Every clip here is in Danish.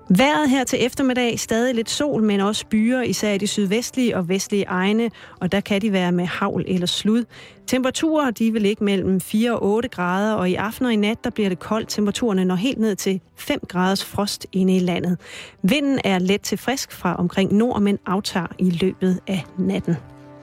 Vejret her til eftermiddag, stadig lidt sol, men også byer, især i de sydvestlige og vestlige egne, og der kan de være med hagl eller slud. Temperaturer, de vil ligge mellem 4 og 8 grader, og i aften og i nat, der bliver det koldt. Temperaturerne når helt ned til 5 graders frost inde i landet. Vinden er let til frisk fra omkring nord, men aftager i løbet af natten.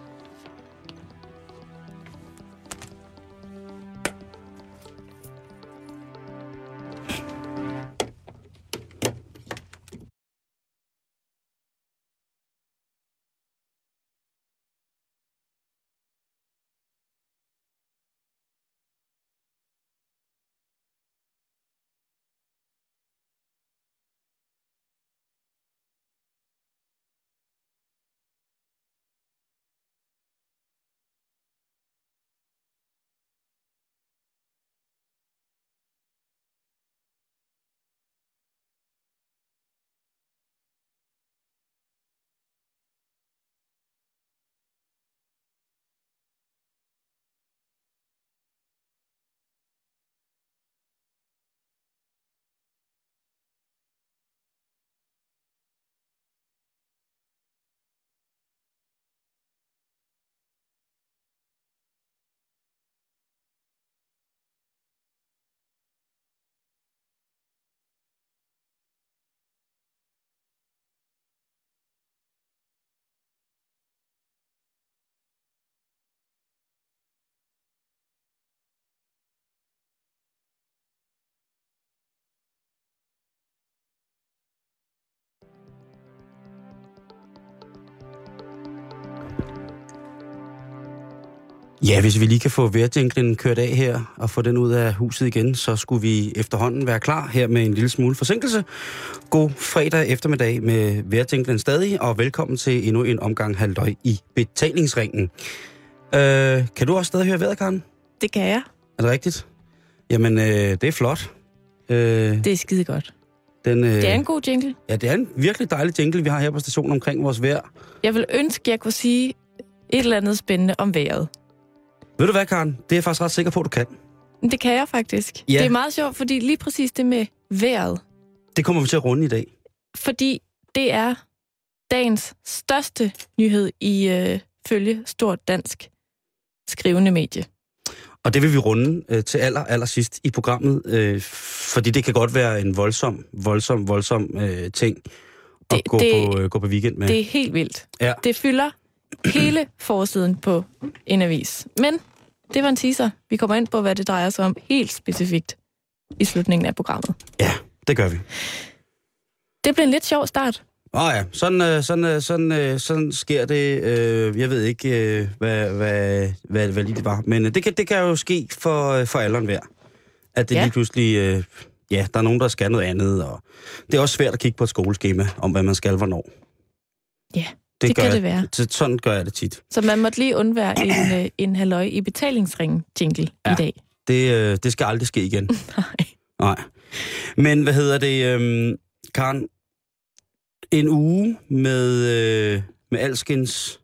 Ja, hvis vi lige kan få vejrjinglen kørt af her og få den ud af huset igen, så skulle vi efterhånden være klar her med en lille smule forsinkelse. God fredag eftermiddag med vejrjinglen stadig, og velkommen til endnu en omgang halløj i betalingsringen. Kan du også stadig høre vejret, Karen? Det kan jeg. Er det rigtigt? Jamen, det er flot. Det er skide godt. Det er en god jingle. Ja, det er en virkelig dejlig jingle, vi har her på stationen omkring vores vejr. Jeg vil ønske, at jeg kunne sige et eller andet spændende om vejret. Ved du hvad, Karen? Det er jeg faktisk ret sikker på, at du kan. Det kan jeg faktisk. Ja. Det er meget sjovt, fordi lige præcis det med vejret. Det kommer vi til at runde i dag. Fordi det er dagens største nyhed følge Stort Dansk Skrivende Medie. Og det vil vi runde til aller sidst i programmet, fordi det kan godt være en voldsom ting at gå på weekend med. Det er helt vildt. Ja. Det fylder hele forsiden på en avis. Men det var en teaser. Vi kommer ind på, hvad det drejer sig om helt specifikt i slutningen af programmet. Ja, det gør vi. Det blev en lidt sjov start. Ja, sådan sker det. Jeg ved ikke, hvad lige det var. Men det kan jo ske for alderen hver. At det lige pludselig... der er nogen, der skal noget andet. Og det er også svært at kigge på et skoleskema om, hvad man skal hvornår. Ja, det kan det være. Sådan gør jeg det tit. Så man måtte lige undvære en halløj i betalingsringen jingle i dag. Det skal aldrig ske igen. Nej. Men Karen, en uge med alskens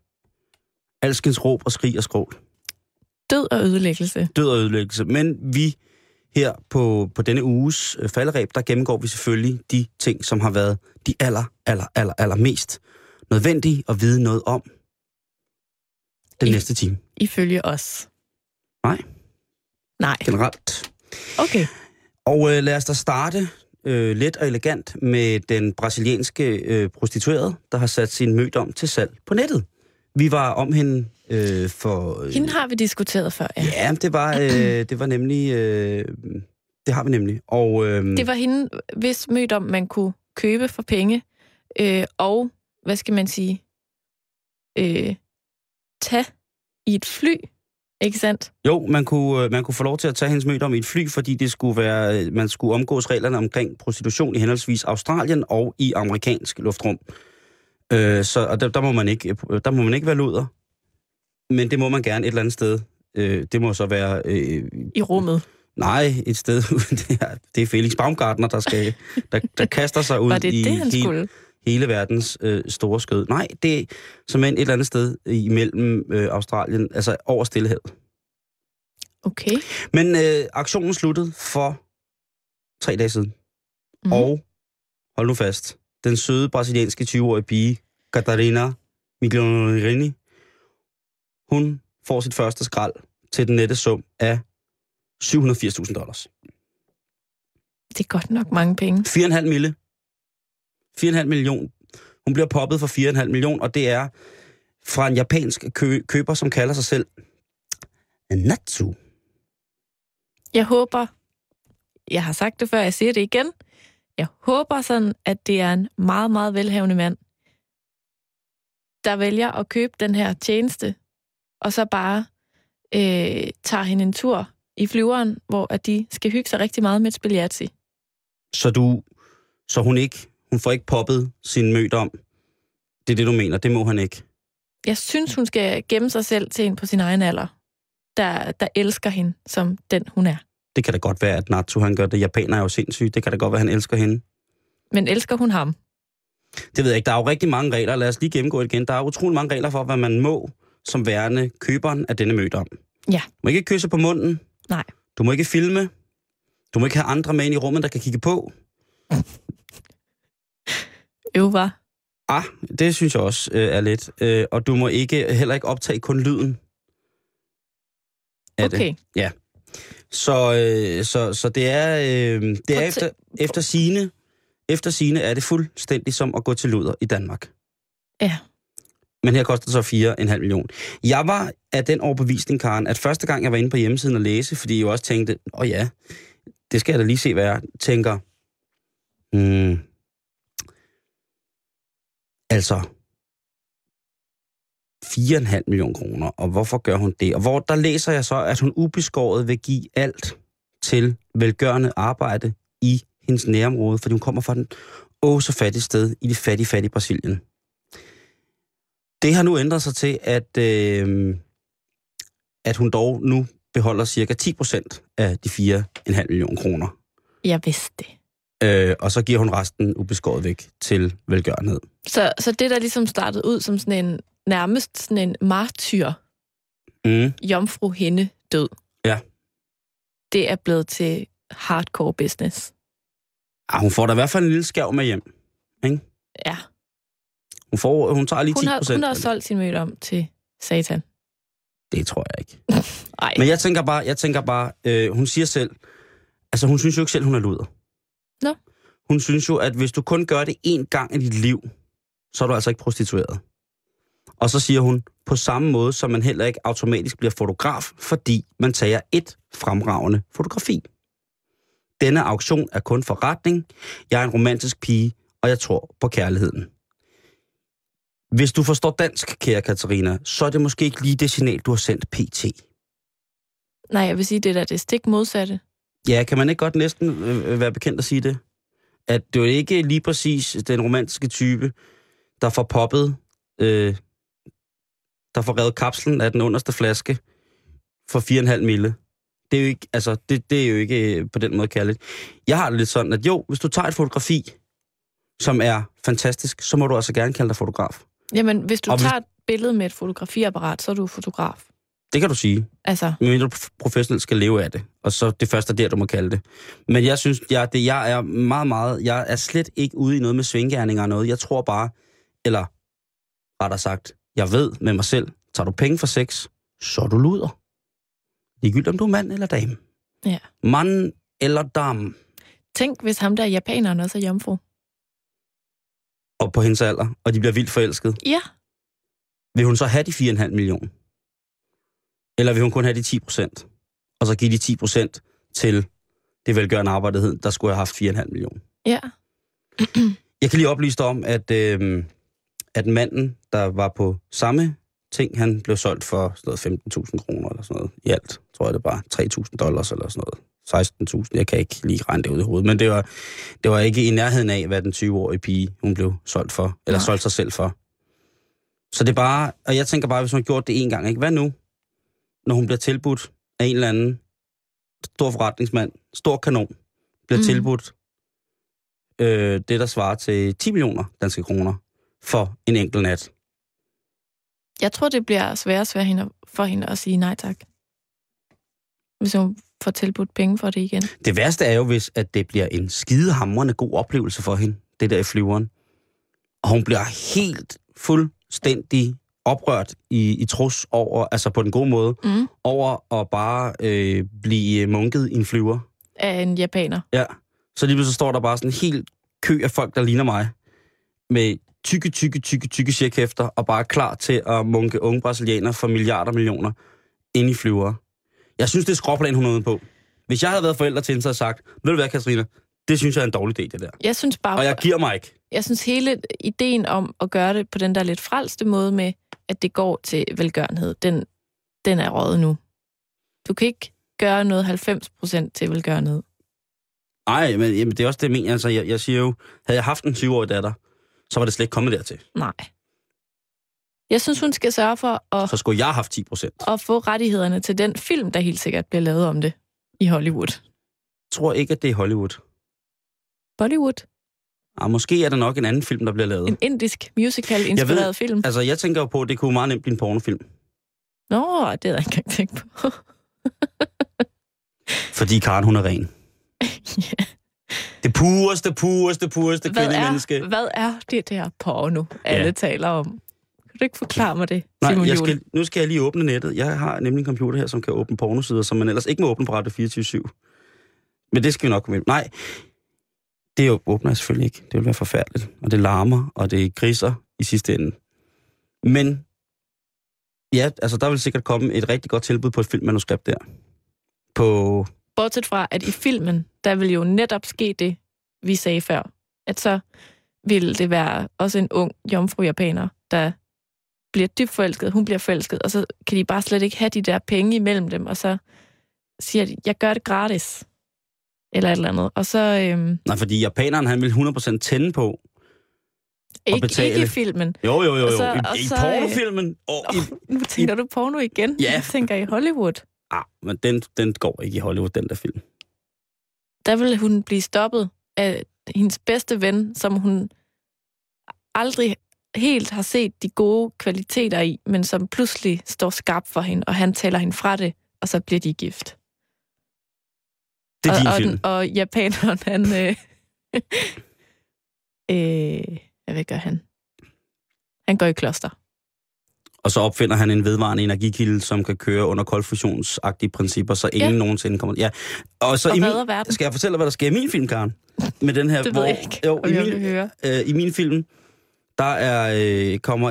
råb og skrig og skrål. Død og ødelæggelse. Men vi her på denne uges falderæb, der gennemgår vi selvfølgelig de ting, som har været de aller mest nødvendige at vide noget om den næste time. Ifølge os. Nej. Generelt. Okay. Og lad os da starte let og elegant med den brasilianske prostituerede, der har sat sin mødom til salg på nettet. Vi var om hende for... Hende har vi diskuteret før, ja. Ja, det var nemlig... det har vi nemlig. Og, det var hende, hvis mødom man kunne købe for penge, og, hvad skal man sige, tage i et fly, ikke sandt? Jo, man kunne få lov til at tage hendes mødom i et fly, fordi det skulle være, man skulle omgås reglerne omkring prostitution i henholdsvis Australien og i amerikansk luftrum. Så der må man ikke være luder, men det må man gerne et eller andet sted. Det må så være... I rummet? Nej, et sted. Det er Felix Baumgartner, der kaster sig ud i hele verdens store skød. Nej, det er simpelthen et eller andet sted imellem Australien, altså over Stillehavet. Okay. Men aktionen sluttede for 3 dage siden. Mm-hmm. Og hold nu fast, den søde brasilianske 20-årige pige, Catarina Migliorini, hun får sit første skrald til den nette sum af $780.000. Det er godt nok mange penge. 4,5 million. Hun bliver poppet for 4,5 million, og det er fra en japansk køber, som kalder sig selv Natsu. Jeg håber, jeg har sagt det før, jeg siger det igen, jeg håber sådan, at det er en meget, meget velhavende mand, der vælger at købe den her tjeneste, og så bare tager hende en tur i flyveren, hvor at de skal hygge sig rigtig meget med et spaghetti. Så hun får ikke poppet sin mødom. Det er det, du mener. Det må han ikke. Jeg synes, hun skal gemme sig selv til en på sin egen alder, der elsker hende som den, hun er. Det kan da godt være, at Natsu han gør det. Japaner er jo sindssygt. Det kan da godt være, at han elsker hende. Men elsker hun ham? Det ved jeg ikke. Der er jo rigtig mange regler. Lad os lige gennemgå det igen. Der er utrolig mange regler for, hvad man må som værende køberen af denne mødom. Ja. Du må ikke kysse på munden. Nej. Du må ikke filme. Du må ikke have andre med ind i rummet, der kan kigge på. Hva? Det synes jeg også er lidt. Og du må heller ikke optage kun lyden af det. Ja. Så det er, efter sigende er det fuldstændig som at gå til luder i Danmark. Ja. Men her koster det så 4,5 million. Jeg var af den overbevisning, Karen, at første gang jeg var inde på hjemmesiden og læse, fordi jeg også tænkte, ja, det skal jeg da lige se, hvad jeg tænker. Altså, 4,5 million kroner, og hvorfor gør hun det? Og hvor der læser jeg så, at hun ubeskåret vil give alt til velgørende arbejde i hendes nærområde, fordi hun kommer fra den så fattige sted i det fattige Brasilien. Det har nu ændret sig til, at hun dog nu beholder cirka 10% af de 4,5 million kroner. Jeg vidste det. Og så giver hun resten ubeskåret væk til velgørenhed. Så det, der ligesom startede ud som nærmest sådan en martyr, jomfruhinde død, ja, det er blevet til hardcore business. Hun får da i hvert fald en lille skærv med hjem, ikke? Ja. Hun tager lige 10%. Hun har solgt sin mødom til Satan. Det tror jeg ikke. Nej. Men jeg tænker bare, hun siger selv, altså hun synes jo ikke selv, hun er luder. Nå. Hun synes jo, at hvis du kun gør det én gang i dit liv, så er du altså ikke prostitueret. Og så siger hun, på samme måde, som man heller ikke automatisk bliver fotograf, fordi man tager et fremragende fotografi. Denne auktion er kun forretning. Jeg er en romantisk pige, og jeg tror på kærligheden. Hvis du forstår dansk, kære Katarina, så er det måske ikke lige det signal, du har sendt PT. Nej, jeg vil sige, det er stik modsatte. Ja, kan man ikke godt næsten være bekendt at sige det? At det er ikke lige præcis den romantiske type, der får poppet, der får revet kapslen af den underste flaske for 4,5 mille. Det er jo ikke, altså, det er jo ikke på den måde kærligt. Jeg har det lidt sådan, at jo, hvis du tager et fotografi, som er fantastisk, så må du også gerne kalde dig fotograf. Jamen, hvis du tager et billede med et fotografiapparat, så er du fotograf. Det kan du sige. Altså. Men du professionelt skal leve af det. Og så det første der, du må kalde det. Men jeg synes, jeg er meget, jeg er slet ikke ude i noget med svinggærninger og noget. Jeg tror bare, eller rettere sagt, jeg ved med mig selv, tager du penge for sex, så er du luder. Ligegyldigt om du er mand eller dame. Ja. Mand eller dame. Tænk, hvis ham der japaneren også er jomfru. Og på hendes alder, og de bliver vildt forelsket. Ja. Vil hun så have de 4,5 million? Eller vil hun kun have de 10%? Og så give de 10% til det velgørende arbejde, der skulle have haft 4,5 million. Ja. Jeg kan lige oplyse dig om, at manden, der var på samme ting, han blev solgt for sådan noget 15.000 kroner eller sådan noget. I alt, tror jeg det bare $3,000 eller sådan noget. 16.000, jeg kan ikke lige regne det ud i hovedet. Men det var ikke i nærheden af, hvad den 20-årige pige, hun blev solgt for. Eller solgt sig selv for. Så det er bare, og jeg tænker bare, hvis hun har gjort det en gang, ikke? Hvad nu, når hun bliver tilbudt af en eller anden stor forretningsmand, stor kanon, bliver tilbudt det, der svarer til 10 millioner danske kroner for en enkelt nat. Jeg tror, det bliver svært for hende at sige nej tak. Hvis hun får tilbudt penge for det igen. Det værste er jo, hvis at det bliver en skidehamrende god oplevelse for hende. det der i flyveren. Og hun bliver helt fuldstændig oprørt i trus over, altså på den gode måde, over at bare blive munket i en flyver. Af en japaner. Ja. Så lige pludselig står der bare sådan en helt kø af folk, der ligner mig, med tykke checkhæfter, og bare klar til at munke unge brasilianere for milliarder millioner ind i flyver. Jeg synes, det er skråplan, hun er ude på. Hvis jeg havde været forældre til hende, så havde jeg sagt, ved du hvad, Katarina, det synes jeg er en dårlig idé, det der. Jeg synes bare... Og jeg giver mig ikke. Jeg synes hele ideen om at gøre det på den der lidt frelste måde med, at det går til velgørenhed, den er røget nu. Du kan ikke gøre noget 90% til velgørenhed. Nej, men jamen, det er også det, jeg mener. Altså, jeg siger jo, havde jeg haft en 20-årig datter, så var det slet ikke kommet dertil. Nej. Jeg synes, hun skal sørge for at... Så skulle jeg have haft 10%. Og få rettighederne til den film, der helt sikkert bliver lavet om det i Hollywood. Jeg tror ikke, at det er Hollywood. Bollywood? Måske er der nok en anden film, der bliver lavet. En indisk musical-inspireret film? Altså, jeg tænker jo på, at det kunne meget nemt blive en pornofilm. Nå, det havde jeg ikke engang tænkt på. Fordi Karen, hun er ren. Ja. Det pureste kvindemenneske. Hvad er det der porno, alle taler om? Kan du ikke forklare mig det, Simon Juhl? Nu skal jeg lige åbne nettet. Jeg har nemlig en computer her, som kan åbne pornosider, som man ellers ikke må åbne på Radio 24/7. Men det skal vi nok komme ind. Nej, det åbner jeg selvfølgelig ikke. Det vil være forfærdeligt. Og det larmer, og det griser i sidste ende. Men ja, altså der vil sikkert komme et rigtig godt tilbud på et filmmanuskript der. Bortset fra, at i filmen, der vil jo netop ske det, vi sagde før. At så vil det være også en ung jomfru-japaner, der bliver dybt forelsket, hun bliver forelsket, og så kan de bare slet ikke have de der penge imellem dem, og så siger de, jeg gør det gratis. Eller et eller andet. Og så... Nej, fordi japaneren, han vil 100% tænde på at betale. Ikke i filmen. Jo. I pornofilmen. Nu tænker du porno igen? Ja. Jeg tænker i Hollywood. Men den går ikke i Hollywood, den der film. Der vil hun blive stoppet af hendes bedste ven, som hun aldrig helt har set de gode kvaliteter i, men som pludselig står skarp for hende, og han taler hende fra det, og så bliver de gift. Det er din film. Og japaneren, han... hvad gør han? Han går i kloster. Og så opfinder han en vedvarende energikilde, som kan køre under koldfusionsagtige principper, så ingen nogensinde kommer... Ja. Og så skal jeg fortælle, hvad der sker i min film, Karen? Med den her, det ved jeg ikke, jo, jeg vil høre. I min film, der kommer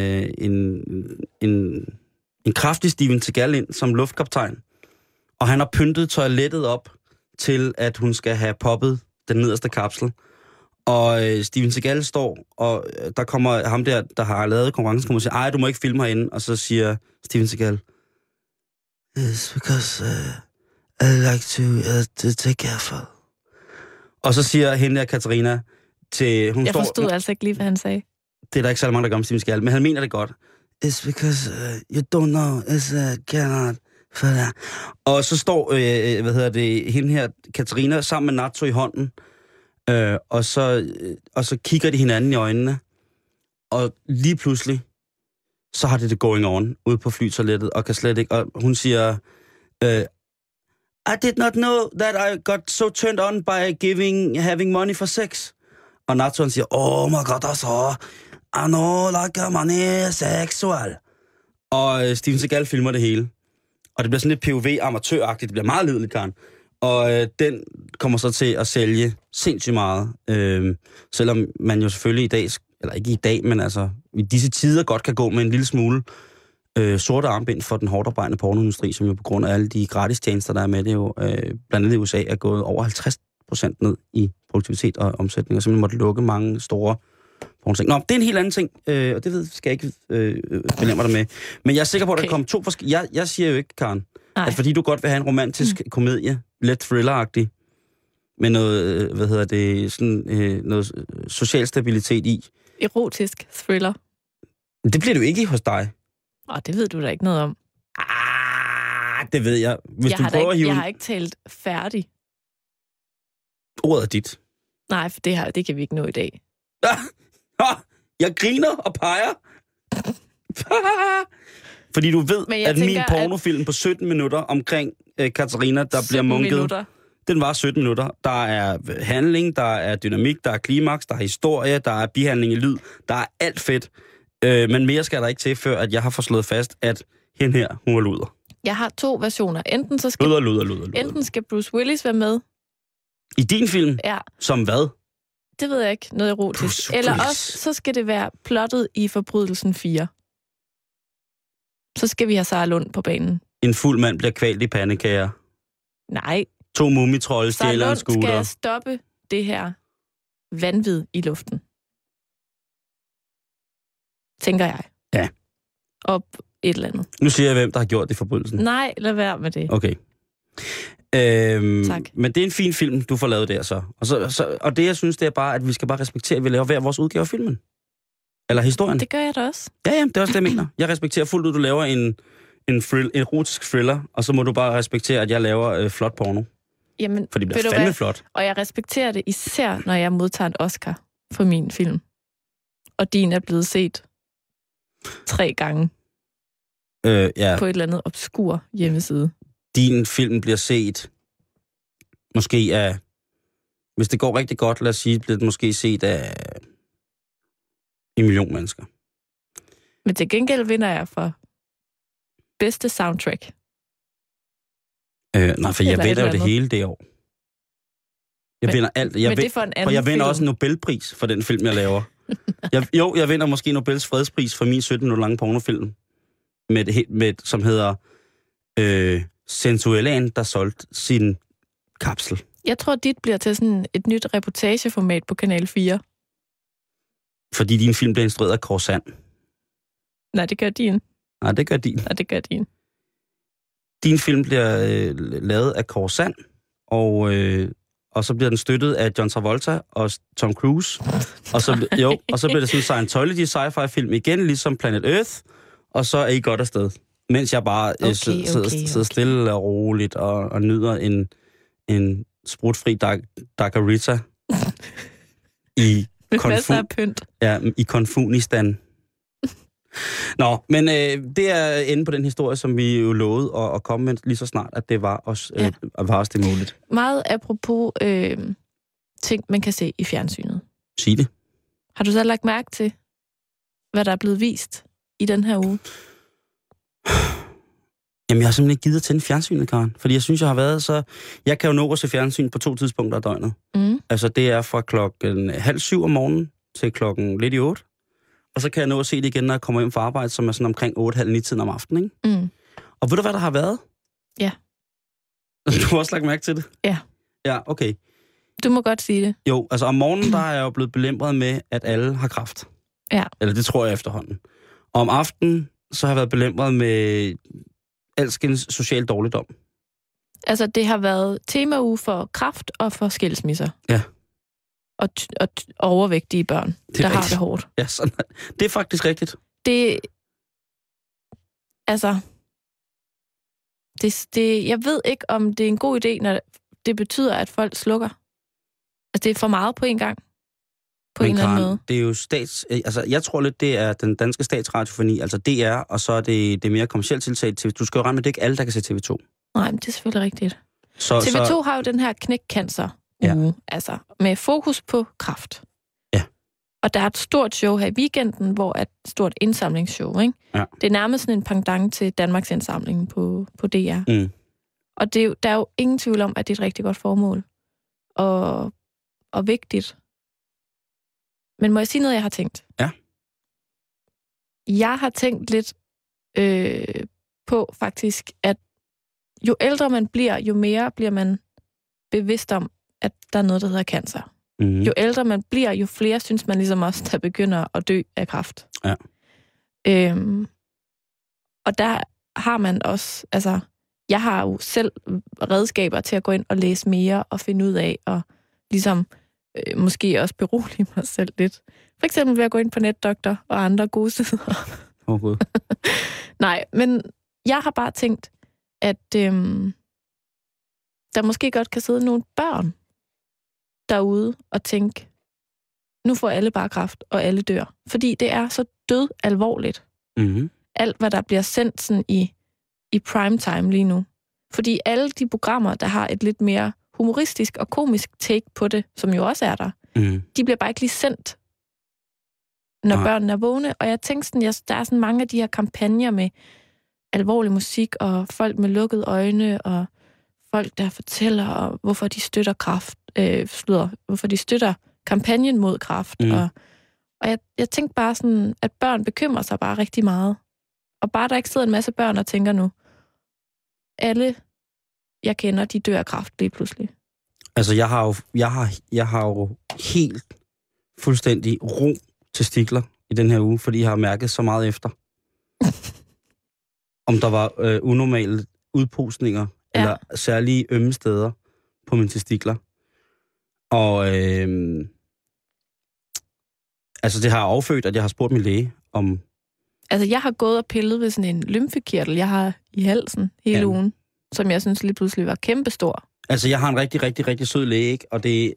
en kraftig Steven Seagal ind som luftkaptajn. Og han har pyntet toilettet op til, at hun skal have poppet den nederste kapsel. Og Steven Seagal står, og der kommer ham der har lavet konkurrencen, kommer og siger, ej, du må ikke filme herinde. Og så siger Steven Seagal, it's because I like to take careful. Og så siger hende der, Katarina, til... Jeg forstod altså ikke lige, hvad han sagde. Det er der ikke så mange, der gør om Steven Seagal, men han mener det godt. It's because you don't know, it's cannot... Og så står, hende her, Katarina, sammen med Natsu i hånden, og så kigger de hinanden i øjnene, og lige pludselig, så har det going on ude på flytoilettet, og kan slet ikke, og hun siger, I did not know that I got so turned on by having money for sex. Og Natsu siger, oh my god, altså, I know like money sexual. Og Steven Seagal filmer det hele. Og det bliver sådan lidt POV-amatøragtigt. Det bliver meget lideligt, Karen. Og den kommer så til at sælge sindssygt meget. Selvom man jo selvfølgelig i dag, eller ikke i dag, men altså i disse tider godt kan gå med en lille smule sorte armbind for den hårdarbejdende pornoindustri, som jo på grund af alle de gratistjenester, der er med det jo, blandt andet i USA, er gået over 50% ned i produktivitet og omsætning, og simpelthen måtte lukke mange store pornoting. Nå, det er en helt anden ting, og det skal jeg ikke fornemme dig med. Men jeg er sikker på, at der kommer to forskellige... Jeg siger jo ikke, Karen, at fordi du godt vil have en romantisk komedie, let thriller-agtig, med noget, noget social stabilitet i. Erotisk thriller. Det bliver du ikke hos dig. Det ved du da ikke noget om. Det ved jeg. Hvis du prøver at hive... Jeg har ikke talt færdig. Ordet er dit. Nej, for det kan vi ikke nå i dag. Jeg griner og peger. Fordi du ved, at min pornofilm på 17 minutter omkring Katarina, der bliver munket... Minutter. Den var 17 minutter. Der er handling, der er dynamik, der er klimaks, der er historie, der er bihandling i lyd. Der er alt fedt. Men mere skal der ikke til, før at jeg har fået slået fast, at hende her, hun er luder. Jeg har 2 versioner. Enten så skal luder. Enten skal Bruce Willis være med. I din film? Ja. Som hvad? Det ved jeg ikke. Noget erotisk. Eller også, så skal det være plottet i Forbrydelsen 4. Så skal vi have Sarah Lund på banen. En fuld mand bliver kvalt i pandekager. Nej. 2 mumitrolde stjæler en scooter. Sarah Lund skal stoppe det her vanvid i luften. Tænker jeg. Ja. Op et eller andet. Nu siger jeg, hvem der har gjort det i forbrydelsen. Nej, lad være med det. Okay. Tak. Men det er en fin film, du får lavet der så. Og det, jeg synes, det er bare, at vi skal bare respektere, at vi laver hver vores udgave af filmen. Eller historien. Det gør jeg da også. Ja, det er også det, jeg mener. Jeg respekterer fuldt ud, at du laver en erotisk thriller, og så må du bare respektere, at jeg laver flot porno. Jamen, for det bliver fandme flot. Og jeg respekterer det især, når jeg modtager en Oscar for min film. Og din er blevet set 3 gange ja. på et eller andet obskur hjemmeside. Din film bliver set måske af, hvis det går rigtig godt, lad os sige, bliver det måske set af 1 million mennesker. Men til gengæld vinder jeg for bedste soundtrack. Nej, for jeg vinder jo det hele det år. Jeg vinder alt. Men det er for en anden og jeg vinder film. også en Nobelpris for den film, jeg laver. Jeg vinder måske Nobels fredspris for min 17 minutter lange pornofilm, som hedder Sensuelaen, der solgte sin kapsel. Jeg tror, dit bliver til sådan et nyt reportageformat på Kanal 4. Fordi din film bliver instrueret af Kåre Sand. Nej, det gør din. Nej, det gør din. Nej, det gør din. Din film bliver lavet af Kåre Sand, og så bliver den støttet af John Travolta og Tom Cruise. Og så bliver det sådan en Scientology sci-fi film igen, ligesom Planet Earth, og så er I godt afsted. Mens jeg bare sidder stille og roligt og nyder en sprutfri Dagarita i i Konfunistan. Nå, men det er inde på den historie, som vi jo lovede at komme med lige så snart, at det var os det muligt. Meget apropos ting, man kan se i fjernsynet. Sig det. Har du så lagt mærke til, hvad der er blevet vist i den her uge? Jamen, jeg har simpelthen ikke givet at tænde fjernsynet, Karen. Fordi jeg synes, jeg har været så... Jeg kan jo nå at se fjernsyn på 2 tidspunkter af døgnet. Mm. Altså, det er fra 6:30 om morgenen til 8:00. Og så kan jeg nå at se det igen, når jeg kommer hjem fra arbejde, som er sådan omkring 8:30 om aftenen, ikke? Mm. Og ved du, hvad der har været? Ja. Du har også lagt mærke til det? Ja. Ja, okay. Du må godt sige det. Jo, altså om morgenen, der er jeg jo blevet belemret med, at alle har kræft. Ja. Eller det tror jeg efterhånden. Og om aftenen, så har jeg været belemret med alskens social dårligdom. Altså, det har været temauge for kræft og for skilsmisser. Ja. Og overvægtige børn, der har det hårdt. Ja, sådan. Det er faktisk rigtigt. Jeg ved ikke, om det er en god idé, når det betyder, at folk slukker. Altså, det er for meget på en gang. På en eller anden måde. Det er jo jeg tror lidt, det er den danske statsradiofoni, altså DR, og så er det mere kommercielt tiltag. Du skal jo regne med, det er ikke alle, der kan se TV2. Nej, men det er selvfølgelig rigtigt. TV2 har jo den her knækcancer uge, altså med fokus på kræft. Ja. Og der er et stort show her i weekenden, hvor er et stort indsamlingsshow, ikke? Ja. Det er nærmest sådan en pendant til Danmarks indsamling på DR. Mm. Og der er jo ingen tvivl om, at det er et rigtig godt formål. Og vigtigt. Men må jeg sige noget, jeg har tænkt? Ja. Jeg har tænkt lidt på faktisk, at jo ældre man bliver, jo mere bliver man bevidst om, at der er noget, der hedder cancer. Mm. Jo ældre man bliver, jo flere synes man ligesom også, der begynder at dø af kræft. Ja. Og der har man også, altså, jeg har jo selv redskaber til at gå ind og læse mere og finde ud af, og ligesom måske også berolige mig selv lidt. For eksempel ved at gå ind på NetDoktor og andre gode sider. God. Nej, men jeg har bare tænkt, at der måske godt kan sidde nogle børn derude og tænke, nu får alle bare kræft, og alle dør. Fordi det er så død alvorligt. Mm-hmm. Alt, hvad der bliver sendt sådan i primetime lige nu. Fordi alle de programmer, der har et lidt mere humoristisk og komisk take på det, som jo også er der. De bliver bare ikke lige sendt, når børnene er vågne. Og jeg tænkte sådan, der er sådan mange af de her kampagner med alvorlig musik, og folk med lukkede øjne, og folk, der fortæller, hvorfor de støtter hvorfor de støtter kampagnen mod kræft. Og jeg tænkte bare sådan, at børn bekymrer sig bare rigtig meget. Og bare der ikke sidder en masse børn og tænker nu, alle, jeg kender, de dør af kræft lige pludselig. Altså, jeg har jo helt fuldstændig ro testikler i den her uge, fordi jeg har mærket så meget efter. Om der var unormale udpostninger, eller særlige ømme steder på mine testikler. Og altså, det har affødt, at jeg har spurgt min læge om... Altså, jeg har gået og pillet ved sådan en lymfekirtel, jeg har i halsen hele ugen, som jeg synes lige pludselig var kæmpestor. Altså, jeg har en rigtig, rigtig, rigtig sød læge, ikke? Og det,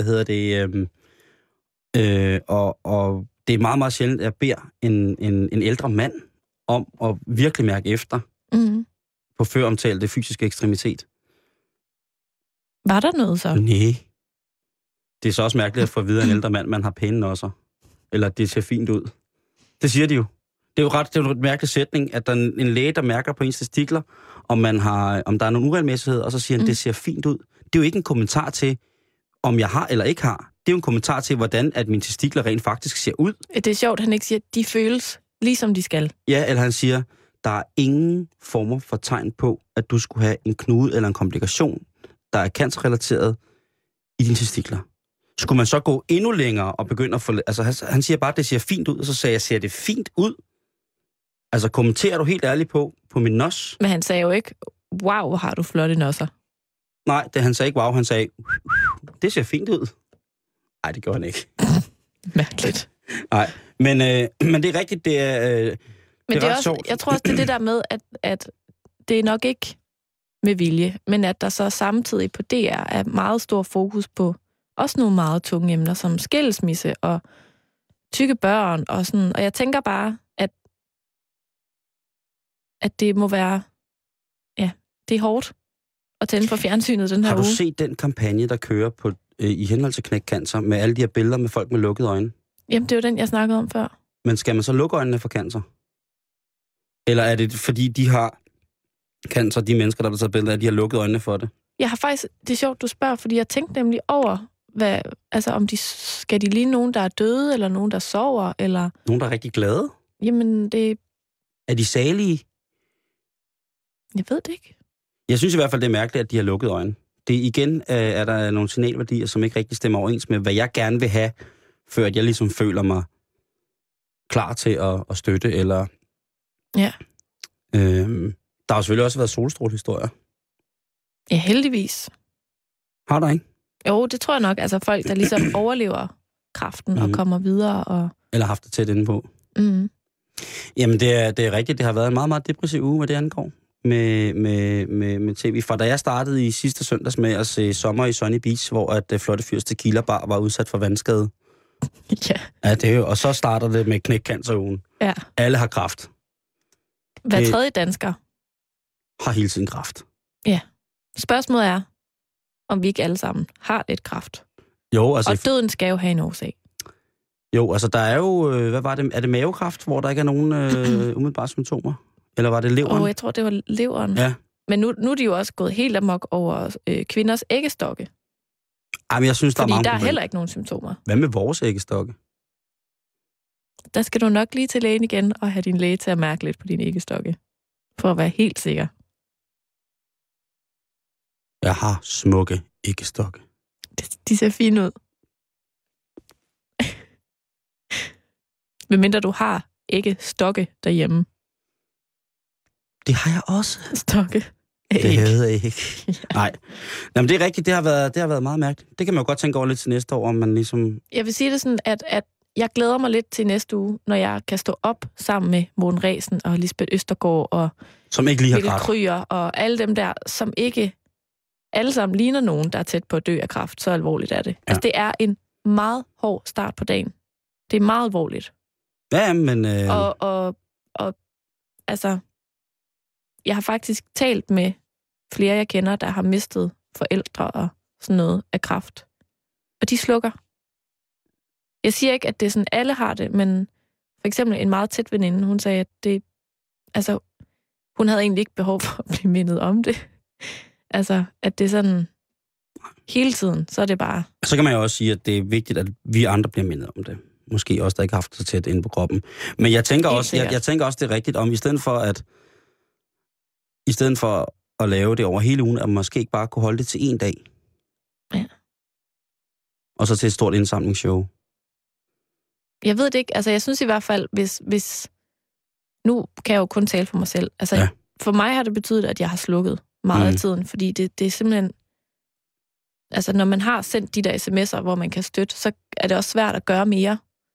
og det er meget, meget sjældent, at jeg beder en ældre mand om at virkelig mærke efter på føromtalte fysiske ekstremitet. Var der noget så? Nej. Det er så også mærkeligt at få videre en ældre mand, man har pæne også. Eller det ser fint ud. Det siger de jo. Det er jo en mærkelig sætning, at der er en læge, der mærker på ens testikler, om der er nogle uregelmæssigheder, og så siger han, det ser fint ud. Det er jo ikke en kommentar til, om jeg har eller ikke har. Det er jo en kommentar til, hvordan at mine testikler rent faktisk ser ud. Det er sjovt, han ikke siger, at de føles ligesom de skal. Ja, eller han siger, der er ingen former for tegn på, at du skulle have en knude eller en komplikation, der er cancerrelateret i dine testikler. Skulle man så gå endnu længere og begynde at få... Altså, han siger bare, at det ser fint ud, og så sagde jeg, ser det fint ud? Altså, kommenterer du helt ærligt på min nos? Men han sagde jo ikke, wow, hvor har du flotte nosser. Nej, han sagde ikke wow, han sagde, det ser fint ud. Nej, det gjorde han ikke. Mærkeligt. Nej, men det er rigtigt, det er men det er også, sjovt. Jeg tror også, det er det der med, at det er nok ikke med vilje, men at der så samtidig på DR er meget stor fokus på også nogle meget tunge emner, som skilsmisse og tykke børn og sådan. Og jeg tænker bare, at det må være, det er hårdt at tænde på fjernsynet den her uge. Har du set den kampagne, der kører på i henhold til knækcancer, med alle de her billeder med folk med lukkede øjne? Jamen, det er jo den, jeg snakkede om før. Men skal man så lukke øjnene for cancer? Eller er det, fordi de har cancer, de mennesker, der har taget billeder af, de har lukket øjnene for det? Jeg har faktisk, det er sjovt, du spørger, fordi jeg tænkte nemlig over, om skal de ligne nogen, der er døde, eller nogen, der sover, eller... Nogen, der er rigtig glade? Jamen, det... Er de salige? Jeg ved det ikke. Jeg synes i hvert fald, det er mærkeligt, at de har lukket øjne. Det igen er der nogle signalværdier, som ikke rigtig stemmer overens med, hvad jeg gerne vil have, før at jeg ligesom føler mig klar til at støtte, eller... Ja. Der har selvfølgelig også været solstrålehistorier. Ja, heldigvis. Har der ikke? Jo, det tror jeg nok. Altså folk, der ligesom overlever kræften og kommer videre. Og... Eller haft det tæt inde på. Jamen, det er rigtigt. Det har været en meget, meget depressiv uge, hvad det angår med tv. For da jeg startede i sidste søndags med at se Sommer i Sunny Beach, hvor at Flotte Fyrs Tequila Bar var udsat for vandskade. Ja, det er jo. Og så starter det med knækcancerugen. Ja. Alle har kræft. Hver tredje dansker har hele tiden kræft. Ja. Spørgsmålet er, om vi ikke alle sammen har lidt kræft. Jo, altså... Og døden skal jo have en årsag. Jo, altså der er jo... Hvad var det? Er det mavekræft, hvor der ikke er nogen umiddelbare symptomer? Eller var det leveren? Jeg tror, det var leveren. Ja. Men nu er de jo også gået helt amok over kvinders æggestokke. Ej, men jeg synes, der er mange der er heller ikke nogen symptomer. Hvad med vores æggestokke? Der skal du nok lige til lægen igen og have din læge til at mærke lidt på din æggestokke. For at være helt sikker. Jeg har smukke æggestokke. De ser fine ud. Medmindre du har æggestokke derhjemme. Det har jeg også. Stokke. Det havde jeg ikke. Nej. Jamen, det er rigtigt. Det har været meget mærkeligt. Det kan man jo godt tænke over lidt til næste år, om man ligesom... Jeg vil sige det sådan, at jeg glæder mig lidt til næste uge, når jeg kan stå op sammen med Morten Ræsen og Lisbeth Østergaard og som ikke lige har Mikkel Kryger og alle dem der, som ikke alle sammen ligner nogen, der er tæt på at dø af kræft. Så alvorligt er det. Ja. Altså, det er en meget hård start på dagen. Det er meget alvorligt. Ja, men... Og altså... Jeg har faktisk talt med flere, jeg kender, der har mistet forældre og sådan noget af kræft. Og de slukker. Jeg siger ikke, at det er sådan, alle har det, men for eksempel en meget tæt veninde, hun sagde, at det, altså, hun havde egentlig ikke behov for at blive mindet om det. Altså, at det er sådan, hele tiden, så er det bare... Så kan man jo også sige, at det er vigtigt, at vi andre bliver mindet om det. Måske også, der ikke har haft så tæt inde på kroppen. Men jeg tænker også, jeg tænker også, det er rigtigt om, i stedet for at lave det over hele ugen, at man måske ikke bare kunne holde det til en dag. Ja. Og så til et stort indsamlingsshow. Jeg ved det ikke. Altså, jeg synes i hvert fald, hvis... Nu kan jeg jo kun tale for mig selv. Altså, ja. For mig har det betydet, at jeg har slukket meget af tiden, fordi det er simpelthen... Altså, når man har sendt de der sms'er, hvor man kan støtte, så er det også svært at gøre mere.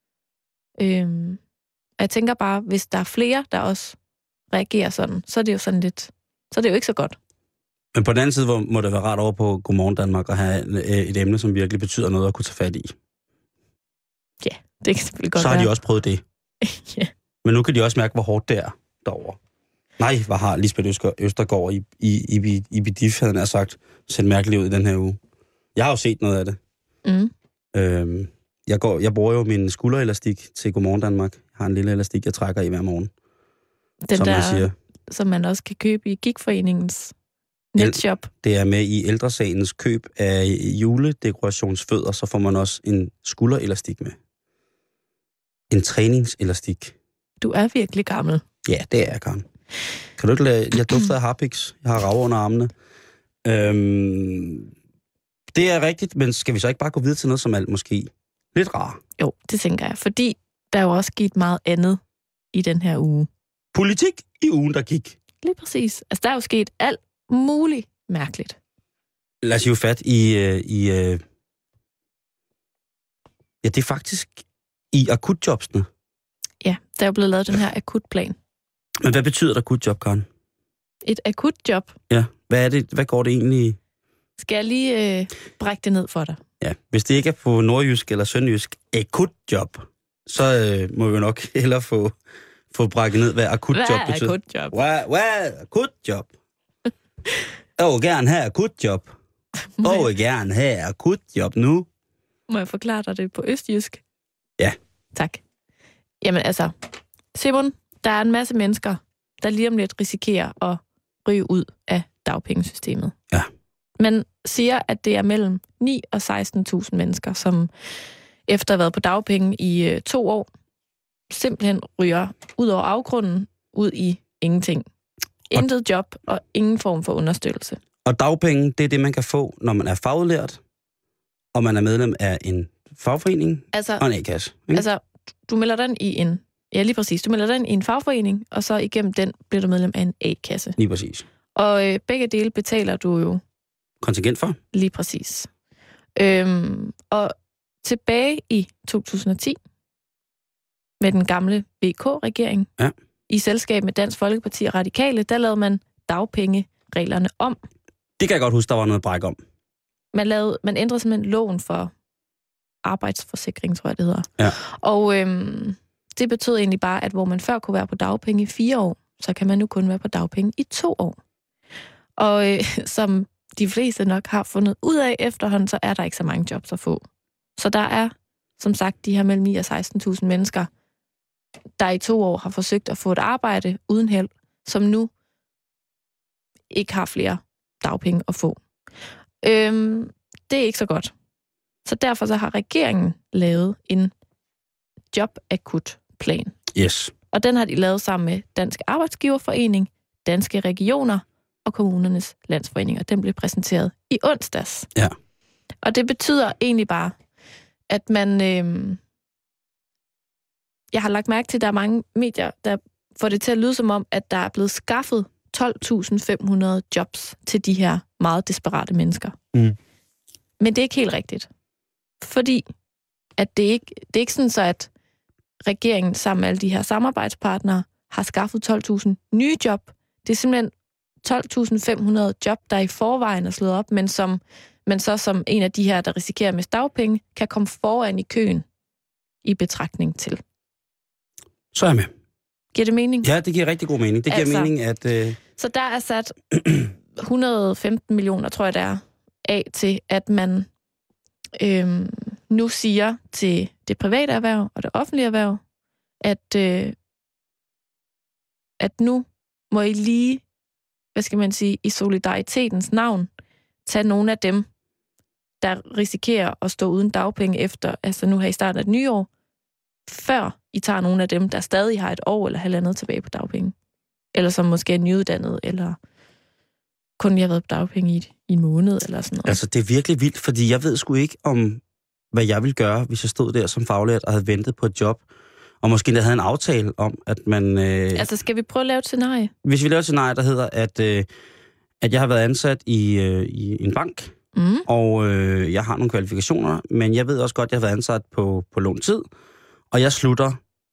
Jeg tænker bare, hvis der er flere, der også reagerer sådan, så er det jo sådan lidt... Så er det jo ikke så godt. Men på den anden side må det være rart over på Godmorgen Danmark at have et emne, som virkelig betyder noget at kunne tage fat i. Ja, det kan selvfølgelig godt være. Så har være. de også prøvet det. Ja. Men nu kan de også mærke, hvor hårdt det er derovre. Nej, hvad har Lisbeth Østergaard i Bedif, havde han sagt, set mærkeligt ud i den her uge. Jeg har jo set noget af det. Jeg bruger jo min skulderelastik til Godmorgen Danmark. Jeg har en lille elastik, jeg trækker i hver morgen. Den som der, man siger, som man også kan købe i Gigforeningens netshop. Det er med i Ældresagens køb af juledekorationsfødder, så får man også en skulderelastik med. En træningselastik. Du er virkelig gammel. Ja, det er jeg, Karen. Kan du ikke lade... Jeg dufter af Harpix. Jeg har rav under armene. Det er rigtigt, men skal vi så ikke bare gå videre til noget, som er måske lidt rar? Jo, det tænker jeg. Fordi der er jo også sket meget andet i den her uge. Politik i ugen, der gik. Lige præcis. Altså, der er jo sket alt muligt mærkeligt. Lad os hive fat i ja, det er faktisk i akutjobsene. Ja, der er jo blevet lavet den her akutplan. Men hvad betyder et akutjob, Karen? Et akutjob? Ja, hvad er det? Hvad går det egentlig? Skal jeg lige brække det ned for dig? Ja, hvis det ikke er på nordjysk eller sønderjysk akutjob, så må vi jo nok hellere få brækket ned, hvad akutjob betyder. Akutjob? Hvad er akutjob? Jeg vil gerne have akutjob. Jeg vil gerne have akutjob nu. Må jeg forklare dig det på østjysk? Ja. Tak. Jamen altså, Simon, der er en masse mennesker, der lige om lidt risikerer at ryge ud af dagpengesystemet. Ja. Man siger, at det er mellem 9 og 16.000 mennesker, som efter at have været på dagpenge i 2 år, simpelthen ryger ud over afgrunden, ud i ingenting. Intet job og ingen form for understøttelse. Og dagpenge, det er det, man kan få, når man er fagudlært, og man er medlem af en fagforening og en A-kasse. Altså, du melder den i en... Ja, lige præcis. Du melder den i en fagforening, og så igennem den bliver du medlem af en A-kasse. Lige præcis. Og begge dele betaler du jo... kontingent for? Lige præcis. Og tilbage i 2010, med den gamle VK-regering, ja, i selskab med Dansk Folkeparti og Radikale, der lavede man dagpengereglerne om. Det kan jeg godt huske, der var noget bræk om. Man ændrede simpelthen loven for arbejdsforsikring, tror jeg, det hedder. Ja. Og det betød egentlig bare, at hvor man før kunne være på dagpenge i 4 år, så kan man nu kun være på dagpenge i 2 år. Og som de fleste nok har fundet ud af efterhånden, så er der ikke så mange jobs at få. Så der er, som sagt, de her mellem 9 og 16.000 mennesker, der i 2 år har forsøgt at få et arbejde uden held, som nu ikke har flere dagpenge at få. Det er ikke så godt. Så derfor så har regeringen lavet en jobakutplan. Yes. Og den har de lavet sammen med Dansk Arbejdsgiverforening, Danske Regioner og Kommunernes Landsforening, og den blev præsenteret i onsdags. Ja. Og det betyder egentlig bare, at man... Jeg har lagt mærke til, at der er mange medier, der får det til at lyde som om, at der er blevet skaffet 12.500 jobs til de her meget desperate mennesker. Mm. Men det er ikke helt rigtigt. Fordi at det er ikke sådan så, at regeringen sammen med alle de her samarbejdspartnere har skaffet 12.000 nye job. Det er simpelthen 12.500 job, der i forvejen er slået op, men som man så som en af de her, der risikerer med dagpenge, kan komme foran i køen i betragtning til. Så er jeg med. Giver det mening? Ja, det giver rigtig god mening. Det giver mening, at... Så der er sat 115 millioner, tror jeg det er, af til, at man nu siger til det private erhverv og det offentlige erhverv, at nu må I lige, hvad skal man sige, i solidaritetens navn, tage nogle af dem, der risikerer at stå uden dagpenge efter, altså nu her i starten af et nye år, før I tager nogle af dem, der stadig har et år eller halvandet tilbage på dagpenge. Eller som måske er nyuddannet, eller kun lige har været på dagpenge i en måned, eller sådan noget. Altså, det er virkelig vildt, fordi jeg ved sgu ikke om, hvad jeg ville gøre, hvis jeg stod der som faglært og havde ventet på et job, og måske endda havde en aftale om, at man... Altså, skal vi prøve at lave et scenarie? Hvis vi laver et scenarie, der hedder, at jeg har været ansat i en bank, og jeg har nogle kvalifikationer, men jeg ved også godt, at jeg har været ansat på lånt tid, og jeg slutter,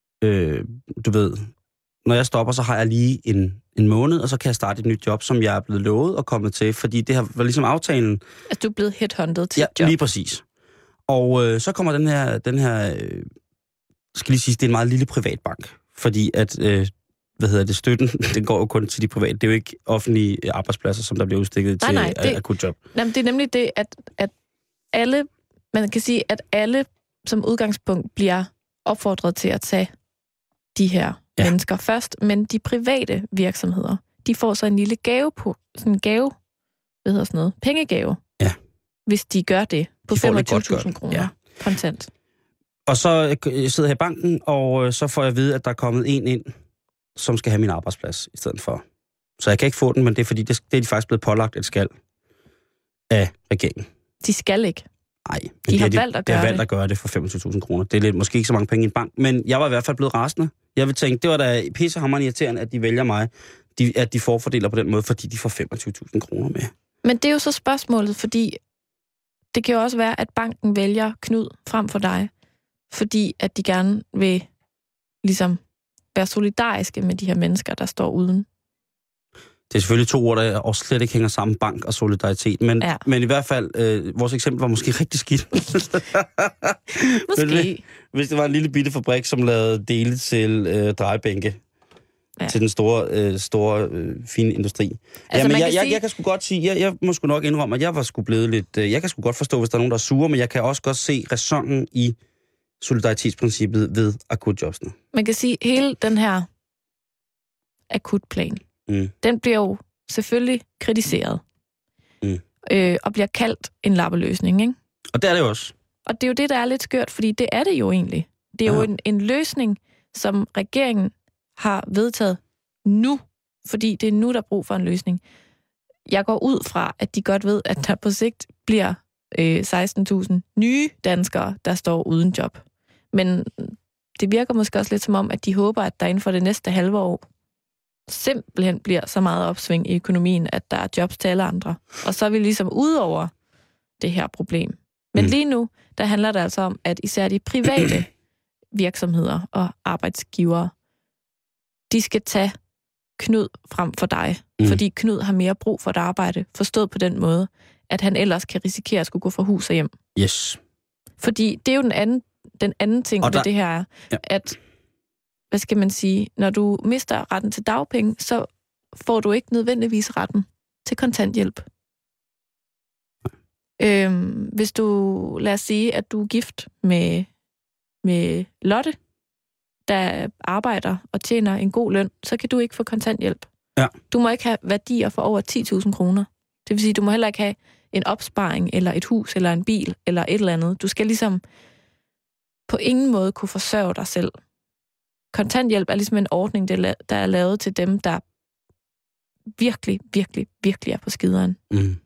du ved, når jeg stopper, så har jeg lige en måned, og så kan jeg starte et nyt job, som jeg er blevet lovet og kommet til, fordi det har været ligesom aftalen. Altså, du er blevet headhunted til et job? Ja, lige præcis. Og så kommer den her skal lige sige, det er en meget lille privatbank, fordi at, støtten, den går jo kun til de private. Det er jo ikke offentlige arbejdspladser, som der bliver udstikket til akutjob. Det er nemlig det, at alle, man kan sige, at alle som udgangspunkt bliver opfordret til at tage de her mennesker først, men de private virksomheder, de får så en lille gave på, sådan en gave, pengegave, hvis de gør det, på 25.000 kroner kontant. Og så sidder jeg i banken, og så får jeg at vide, at der er kommet en ind, som skal have min arbejdsplads i stedet for. Så jeg kan ikke få den, men det er fordi, det er de faktisk blevet pålagt et skal af regeringen. De skal ikke? Nej. De har valgt at gøre det? De har valgt at gøre det for 25.000 kroner. Det er lidt, måske ikke så mange penge i en bank, men jeg var i hvert fald blevet rasende. Jeg vil tænke, det var da pissehammerende irriterende, at de vælger mig, at de forfordeler på den måde, fordi de får 25.000 kroner med. Men det er jo så spørgsmålet, fordi det kan jo også være, at banken vælger Knud frem for dig, fordi at de gerne vil ligesom være solidariske med de her mennesker, der står uden. Det er selvfølgelig to ord, der også slet ikke hænger sammen, bank og solidaritet. Men i hvert fald, vores eksempel var måske rigtig skidt. Måske. Hvis det var en lille bitte fabrik, som lavede dele til drejebænke, til den store fine industri. Altså, men jeg kan sgu godt sige, jeg må sgu nok indrømme, at jeg var sgu blevet lidt... jeg kan sgu godt forstå, hvis der er nogen, der er sure, men jeg kan også godt se ræsonen i solidaritetsprincippet ved akutjobsene. Man kan sige, at hele den her akutplan, den bliver jo selvfølgelig kritiseret. Og bliver kaldt en lappeløsning, ikke? Og det er det jo også. Og det er jo det, der er lidt skørt, fordi det er det jo egentlig. Det er jo en løsning, som regeringen har vedtaget nu, fordi det er nu, der er brug for en løsning. Jeg går ud fra, at de godt ved, at der på sigt bliver 16.000 nye danskere, der står uden job. Men det virker måske også lidt som om, at de håber, at der inden for det næste halve år simpelthen bliver så meget opsving i økonomien, at der er jobs til alle andre. Og så er vi ligesom ude over det her problem. Men lige nu, der handler det altså om, at især de private virksomheder og arbejdsgivere, de skal tage Knud frem for dig. Fordi Knud har mere brug for et arbejde, forstået på den måde, at han ellers kan risikere at skulle gå fra hus og hjem. Yes. Fordi det er jo den anden ting ved det her er, at, hvad skal man sige, når du mister retten til dagpenge, så får du ikke nødvendigvis retten til kontanthjælp. Hvis du, lad os sige, at du er gift med Lotte, der arbejder og tjener en god løn, så kan du ikke få kontanthjælp. Ja. Du må ikke have værdier for over 10.000 kroner. Det vil sige, du må heller ikke have en opsparing, eller et hus, eller en bil, eller et eller andet. Du skal ligesom på ingen måde kunne forsørge dig selv. Kontanthjælp er ligesom en ordning, der er lavet til dem, der virkelig, virkelig, virkelig er på skideren.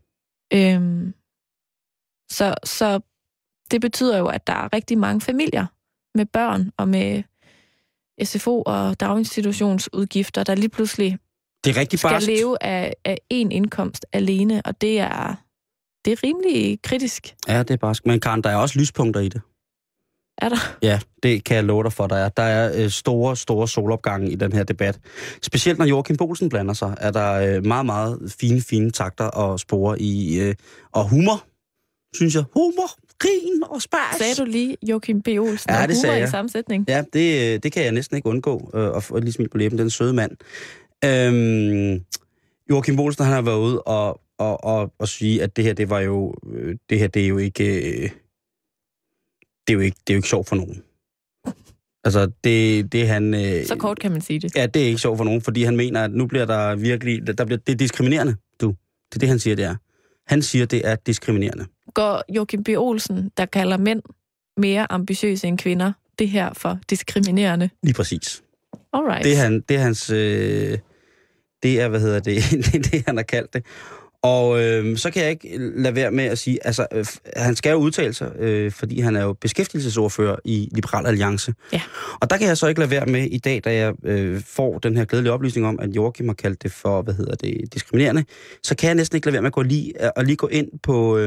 Så det betyder jo, at der er rigtig mange familier med børn og med SFO og daginstitutionsudgifter, der lige pludselig skal leve af én indkomst alene, og det er rimelig kritisk. Ja, det er barsk. Men Karen, der er også lyspunkter i det. Er der? Ja, det kan jeg love dig for, der er. Der er store solopgange i den her debat. Specielt når Joachim Bolsen blander sig, er der meget, meget fine takter og spore i, og humor, synes jeg. Humor, grin og spars. Sagde du lige Joachim B. Olsen og humor i sammensætning? Ja, det kan jeg næsten ikke undgå at få lige smil på læben, den søde mand. Joachim Bolsen, han har været ude at sige, at det her, det var jo, det er jo ikke, det er jo ikke sjovt for nogen. Altså, det han... Så kort kan man sige det. Ja, det er ikke sjovt for nogen, fordi han mener, at nu bliver der virkelig... det er diskriminerende, du. Det er det, han siger, det er. Han siger, det er diskriminerende. Går Joachim B. Olsen, der kalder mænd mere ambitiøse end kvinder, det her for diskriminerende? Lige præcis. Alright. Det er hans... det er, det han har kaldt det. Og så kan jeg ikke lade være med at sige, altså, han skal jo udtale sig, fordi han er jo beskæftigelsesordfører i Liberal Alliance. Ja. Og der kan jeg så ikke lade være med i dag, da jeg får den her glædelige oplysning om, at Joachim har kaldt det for, diskriminerende, så kan jeg næsten ikke lade være med at lige gå ind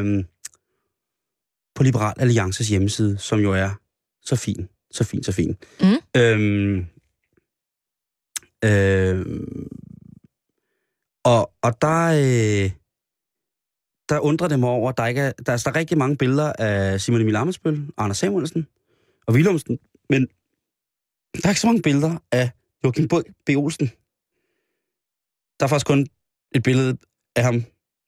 på Liberal Alliances hjemmeside, som jo er så fin. Mm. Og der undrer det mig over, at der er rigtig mange billeder af Simon Emil Ammitzbøll, Anders Samuelsen og Willumsen, men der er ikke så mange billeder af Joachim B. Olsen. Der er faktisk kun et billede af ham,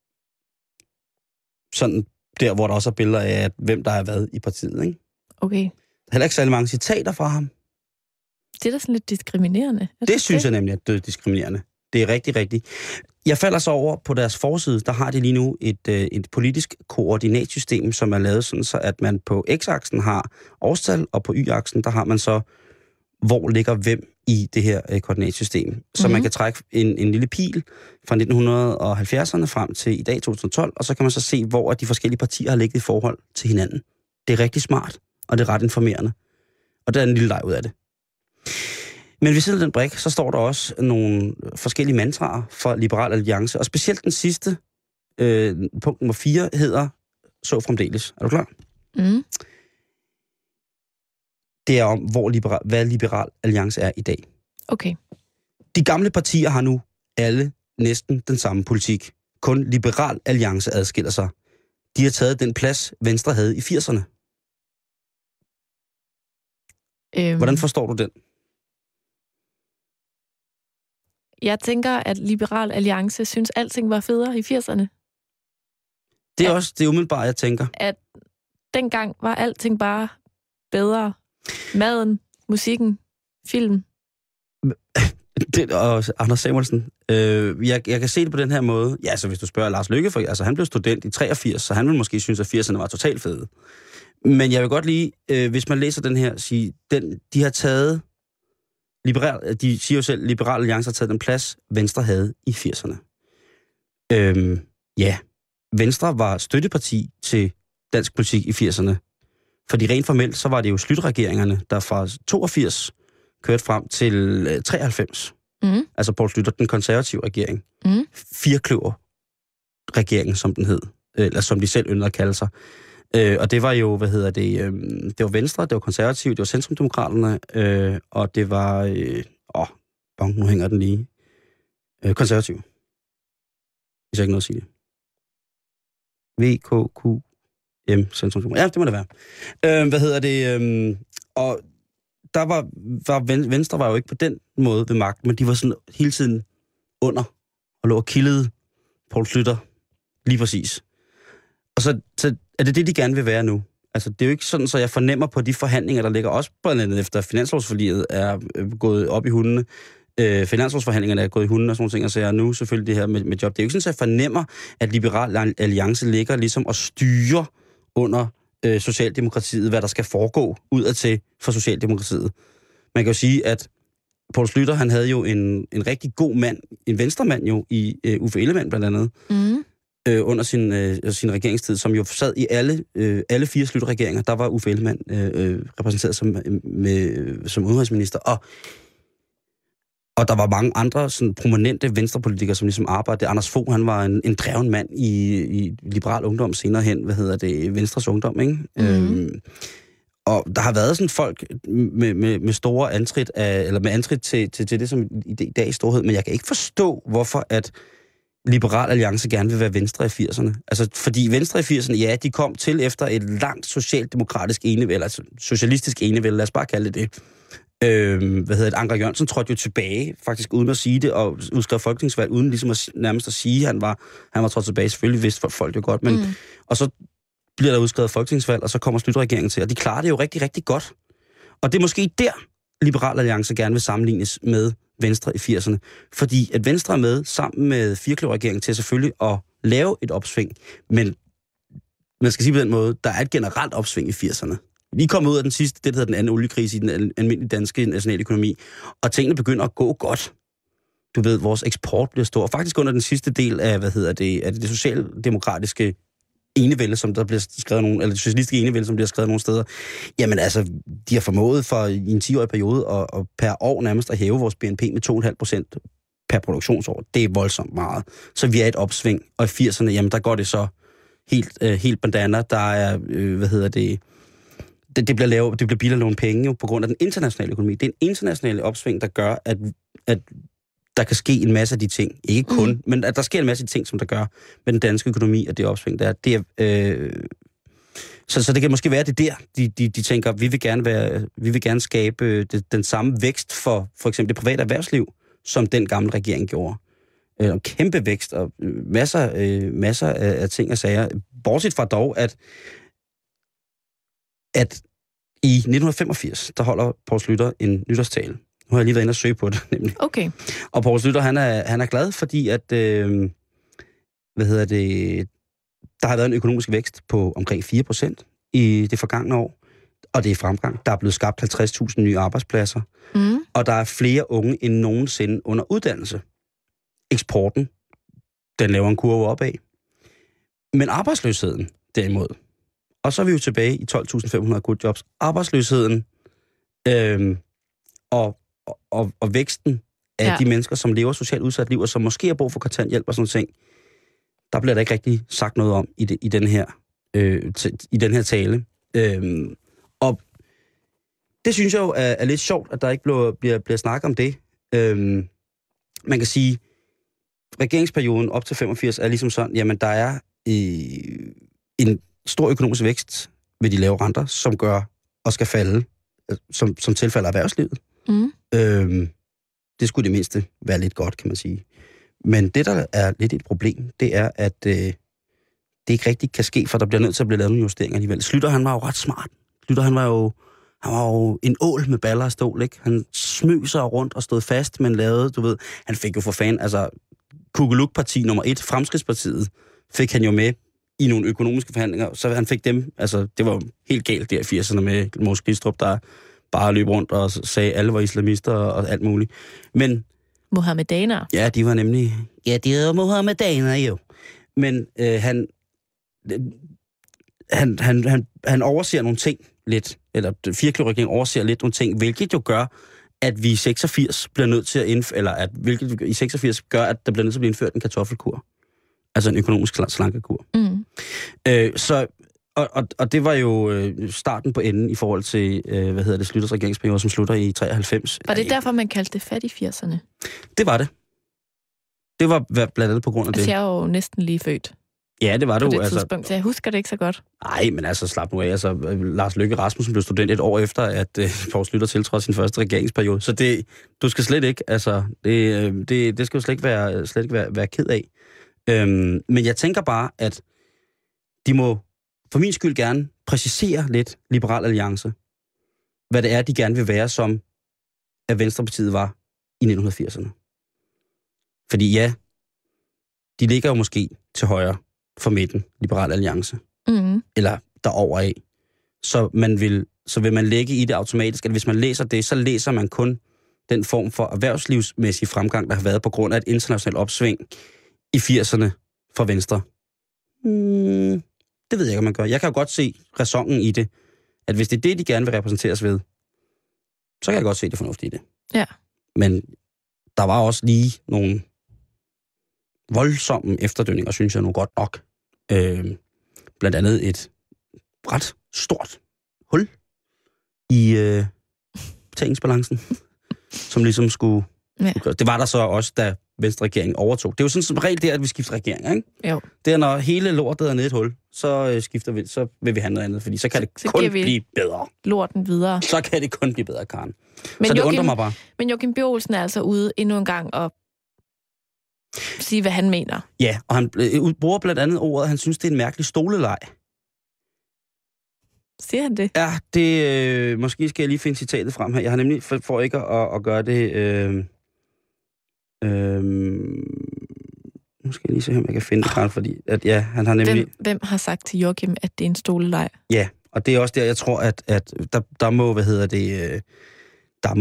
sådan der, hvor der også er billeder af, hvem der har været i partiet, ikke? Okay. Der er heller ikke særlig mange citater fra ham. Det er da sådan lidt diskriminerende. Det synes jeg nemlig, at det er diskriminerende. Det er rigtig, rigtig. Jeg falder så over på deres forside, der har de lige nu et politisk koordinatsystem, som er lavet sådan, så at man på x-aksen har årstal, og på y-aksen, der har man så, hvor ligger hvem i det her koordinatsystem. Så man kan trække en lille pil fra 1970'erne frem til i dag 2012, og så kan man så se, hvor de forskellige partier har ligget i forhold til hinanden. Det er rigtig smart, og det er ret informerende. Og der er en lille leg ud af det. Men ved siden af den brik, så står der også nogle forskellige mantraer for Liberal Alliance, og specielt den sidste, punkt nummer 4, hedder så fremdeles. Er du klar? Mm. Det er om, hvad Liberal Alliance er i dag. Okay. De gamle partier har nu alle næsten den samme politik. Kun Liberal Alliance adskiller sig. De har taget den plads, Venstre havde i 80'erne. Hvordan forstår du den? Jeg tænker, at Liberal Alliance synes, alting var federe i 80'erne. Det er også det umiddelbare, jeg tænker. At dengang var alting bare bedre. Maden, musikken, film. Og Anders Samuelsen, jeg kan se det på den her måde. Ja, så hvis du spørger Lars Løkke, altså han blev student i 83, så han ville måske synes, at 80'erne var totalt fede. Men jeg vil godt lige, hvis man læser den her, sige, de har taget... de siger jo selv, at Liberal Alliance har taget den plads, Venstre havde i 80'erne. Ja, Venstre var støtteparti til dansk politik i 80'erne. Fordi rent formelt, så var det jo Schlüter-regeringerne, der fra 82 kørte frem til 93. Mm. Altså Poul Schlüter, den konservative regering. Mm. Firkløver-regeringen, som den hed. Eller som de selv yndede at kalde sig. Og det var jo, det var Venstre, det var Konservative, det var Centrumdemokraterne, og det var, nu hænger den lige, Konservative. Hvis jeg ikke noget at sige det. VKQM, Centrumdemokraterne. Ja, det må det være. Og der var Venstre var jo ikke på den måde ved magten, men de var sådan hele tiden under og lå og kildede Poul Schlüter lige præcis. Og så er det, de gerne vil være nu. Altså, det er jo ikke sådan, så jeg fornemmer på de forhandlinger, der ligger også blandt andet efter finanslovsforliget er gået op i hundene. Finanslovsforhandlingerne er gået i hundene og sådan nogle ting, og så er nu selvfølgelig det her med job. Det er jo ikke sådan, at jeg fornemmer, at Liberal Alliance ligger ligesom og styrer under Socialdemokratiet, hvad der skal foregå udadtil for Socialdemokratiet. Man kan jo sige, at Poul Schlüter, han havde jo en rigtig god mand, en venstremand jo, i Uffe Ellemann blandt andet. Mm. Under sin regeringstid, som jo sad i alle 4 Schlüter-regeringer, der var Uffe Ellemann repræsenteret som udenrigsminister, og der var mange andre sådan prominente venstrepolitikere, som ligesom arbejdede. Anders Fogh, han var en dreven mand i Liberal Ungdom senere hen, Venstres Ungdom, ikke? Mm-hmm. Og der har været sådan folk med store antrit med antrit til det, som i dag i storhed, men jeg kan ikke forstå, hvorfor at Liberal Alliance gerne vil være Venstre i 80'erne. Altså, fordi Venstre i 80'erne, ja, de kom til efter et langt socialdemokratisk enevælde, altså socialistisk enevælde, lad os bare kalde det. Anker Jørgensen trådte jo tilbage, faktisk uden at sige det, og udskrev folketingsvalg, uden ligesom nærmest at sige, at han var trådt tilbage. Selvfølgelig vidste folk jo godt, men og så bliver der udskrevet folketingsvalg, og så kommer Slytter-regeringen til, og de klarer det jo rigtig, rigtig godt. Og det er måske der, Liberal Alliance gerne vil sammenlignes med Venstre i 80'erne. Fordi at Venstre er med sammen med firkløverregeringen til selvfølgelig at lave et opsving. Men man skal sige på den måde, der er et generelt opsving i 80'erne. Vi er kommet ud af den sidste, det der hedder den anden oliekrise i den almindelige danske nationale økonomi, og tingene begynder at gå godt. Du ved, vores eksport bliver stor. Faktisk under den sidste del af, af det socialdemokratiske enevælde, som der bliver skrevet nogle, eller det socialistiske enevælde, som bliver skrevet nogle steder. Jamen altså, de har formået for i en 10-årig periode og per år nærmest at hæve vores BNP med 2,5% per produktionsår. Det er voldsomt meget. Så vi er et opsving, og i 80'erne, jamen der går det så helt bandana. Der er, det bliver billigere at låne penge jo, på grund af den internationale økonomi. Det er en international opsving, der gør, at der kan ske en masse af de ting. Ikke kun, men at der sker en masse af de ting, som der gør med den danske økonomi, og det opsving, der er. Så det kan måske være, det der, de tænker, vi vil gerne skabe den samme vækst for eksempel det private erhvervsliv, som den gamle regering gjorde. En kæmpe vækst og masser af ting og sager. Bortset fra dog, at i 1985, der holder Poul Schlüter en nytårstale. Nu har jeg lige været inde og søge på det, nemlig. Okay. Og Poul Schlüter, han er glad, fordi at, der har været en økonomisk vækst på omkring 4% i det forgangne år. Og det er fremgang. Der er blevet skabt 50.000 nye arbejdspladser. Og der er flere unge end nogensinde under uddannelse. Eksporten, den laver en kurve opad. Men arbejdsløsheden, derimod. Og så er vi jo tilbage i 12.500 good jobs. Arbejdsløsheden og væksten af de mennesker, som lever socialt udsat liv, og som måske har brug for kontanthjælp og sådan ting, der bliver der ikke rigtig sagt noget om i den her tale. Og det synes jeg jo er lidt sjovt, at der ikke bliver snakket om det. Man kan sige, regeringsperioden op til 85 er ligesom sådan, jamen der er en stor økonomisk vækst ved de lave renter, som gør og skal falde, som tilfælder erhvervslivet. Det skulle det mindste være lidt godt, kan man sige. Men det, der er lidt et problem, det er, at det ikke rigtig kan ske, for der bliver nødt til at blive lavet nogle justeringer alligevel. Schlüter, han var jo ret smart. Schlüter, han var jo en ål med baller og stål, ikke? Han smøg sig rundt og stod fast, men lavede, du ved, han fik jo for fanden, altså, Kugeluk-parti nummer 1, Fremskridtspartiet, fik han jo med i nogle økonomiske forhandlinger, så han fik dem, altså, det var helt galt der i 80'erne med Mogens Glistrup, der bare løb rundt og sagde, at alle var islamister og alt muligt. Men Mohammedanere. Ja, de var nemlig... Ja, de var Mohammedanere jo. Men han overser nogle ting lidt, eller firkløverregeringen overser lidt nogle ting, hvilket jo gør, at vi i 86 bliver nødt til at hvilket i 86 gør, at der bliver nødt til at blive indført en kartoffelkur. Altså en økonomisk slankekur. Og det var jo starten på enden i forhold til, Schlüters regeringsperiode, som slutter i 93. Var det derfor, man kaldte det fat i 80'erne? Det var det. Det var blandt andet på grund af det. Jeg er jo næsten lige født. Ja, det var det jo. På det tidspunkt, så jeg husker det ikke så godt. Nej, men altså, slap nu af. Altså, Lars Løkke Rasmussen blev student et år efter, at Poul Schlüter tiltrådte sin første regeringsperiode. Så du skal slet ikke, altså, det skal du slet ikke være ked af. Men jeg tænker bare, at de må for min skyld gerne præcisere lidt Liberal Alliance, hvad det er, de gerne vil være, som at Venstrepartiet var i 1980'erne. Fordi ja, de ligger jo måske til højre for midten, Liberal Alliance. Eller derover af. Så vil man lægge i det automatisk, at hvis man læser det, så læser man kun den form for erhvervslivsmæssig fremgang, der har været på grund af et internationalt opsving i 80'erne for Venstre. Det ved jeg ikke, om man gør. Jeg kan jo godt se ræsonen i det, at hvis det er det, de gerne vil repræsenteres ved, så kan jeg godt se det fornuftige i det. Ja. Men der var også lige nogle voldsomme efterdønninger, synes jeg nu godt nok. Blandt andet et ret stort hul i betalingsbalancen, som ligesom skulle... Ja. Det var der så også, da Venstre-regeringen overtog. Det er jo sådan som regel der, at vi skifter regeringer, ikke? Jo. Det er, når hele lortet er nede i et hul, så vil vi have noget andet, fordi så kan det kun blive bedre. Lorten videre. Så kan det kun blive bedre, Karen. Men så det undrer mig bare. Men Joachim B. Olsen er altså ude endnu en gang og sige, hvad han mener. Ja, og han bruger blandt andet ordet, han synes, det er en mærkelig stoleleg. Siger han det? Ja, det måske skal jeg lige finde citatet frem her. Jeg har nemlig, for ikke at gøre det... nu skal jeg lige se, om jeg kan finde det, Karen, fordi at, ja, han har nemlig... Hvem har sagt til Joachim, at det er en stoleleg? Ja, og det er også der, jeg tror, at der må, der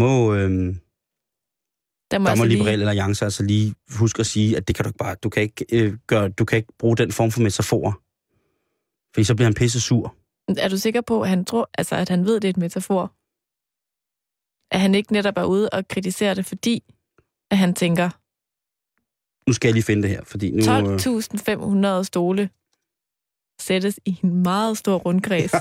må Liberal Alliance altså lige huske at sige, at det kan du ikke bare... Du kan ikke bruge den form for metafor. Fordi så bliver han pisse sur. Er du sikker på, at han tror, altså, at han ved, det er et metafor? At han ikke netop er ude og kritisere det, fordi at han tænker... Nu skal jeg lige finde det her, fordi nu... 12.500 stole sættes i en meget stor rundkreds.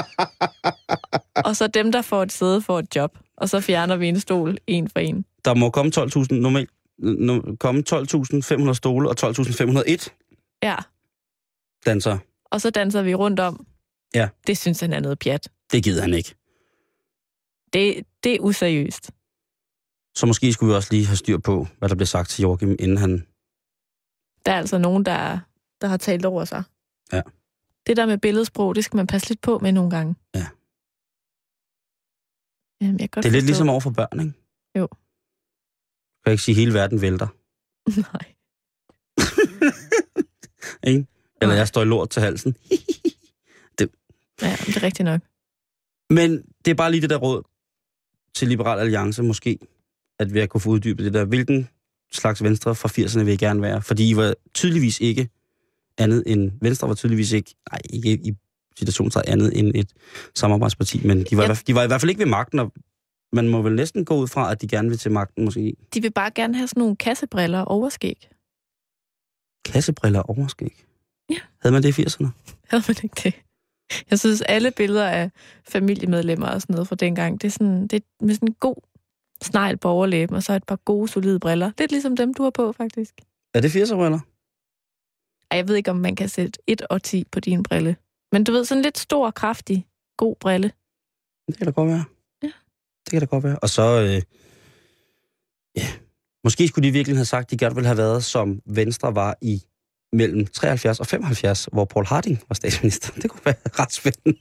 Og så dem, der får et sæde, får et job. Og så fjerner vi en stol, en for en. Der må komme 12.000 normalt. Komme 12.500 stole og 12.501 ja. danser. Og så danser vi rundt om. Ja. Det synes han er noget pjat. Det gider han ikke. Det er useriøst. Så måske skulle vi også lige have styr på, hvad der bliver sagt til Joachim, inden han... Der er altså nogen, der har talt over sig. Ja. Det der med billedsprog, det skal man passe lidt på med nogle gange. Ja. Jamen, jeg kan godt det er lidt forstå. ligesom over for børn, ikke? Jo. Kan jeg ikke sige, at hele verden vælter? Nej. Ikke? Eller jeg står i lort til halsen. Ja, det er rigtigt nok. Men det er bare lige det der råd til Liberal Alliance måske, at vi kunne få uddybet det der. Hvilken slags Venstre fra 80'erne vil I gerne være? Fordi I var tydeligvis ikke andet end... Venstre var tydeligvis ikke... Nej, ikke i situationstegn andet end et samarbejdsparti, men de var i hvert fald ikke ved magten, og man må vel næsten gå ud fra, at de gerne vil til magten måske. De vil bare gerne have sådan nogle kassebriller og overskæg. Kassebriller og overskæg? Ja. Havde man det i 80'erne? Havde man ikke det? Jeg synes, alle billeder af familiemedlemmer og sådan noget fra dengang, det er med sådan en god snegl på overlæben, og så et par gode, solide briller. Lidt ligesom dem, du har på, faktisk. Er det 80'er-briller? Jeg ved ikke, om man kan sætte 1 og 10 på din brille. Men du ved, sådan lidt stor, kraftig, god brille. Det kan da godt være. Ja. Det kan da godt være. Og så, måske skulle de virkelig have sagt, at de gerne ville have været, som Venstre var i mellem 73 og 75, hvor Poul Hartling var statsminister. Det kunne være ret spændende.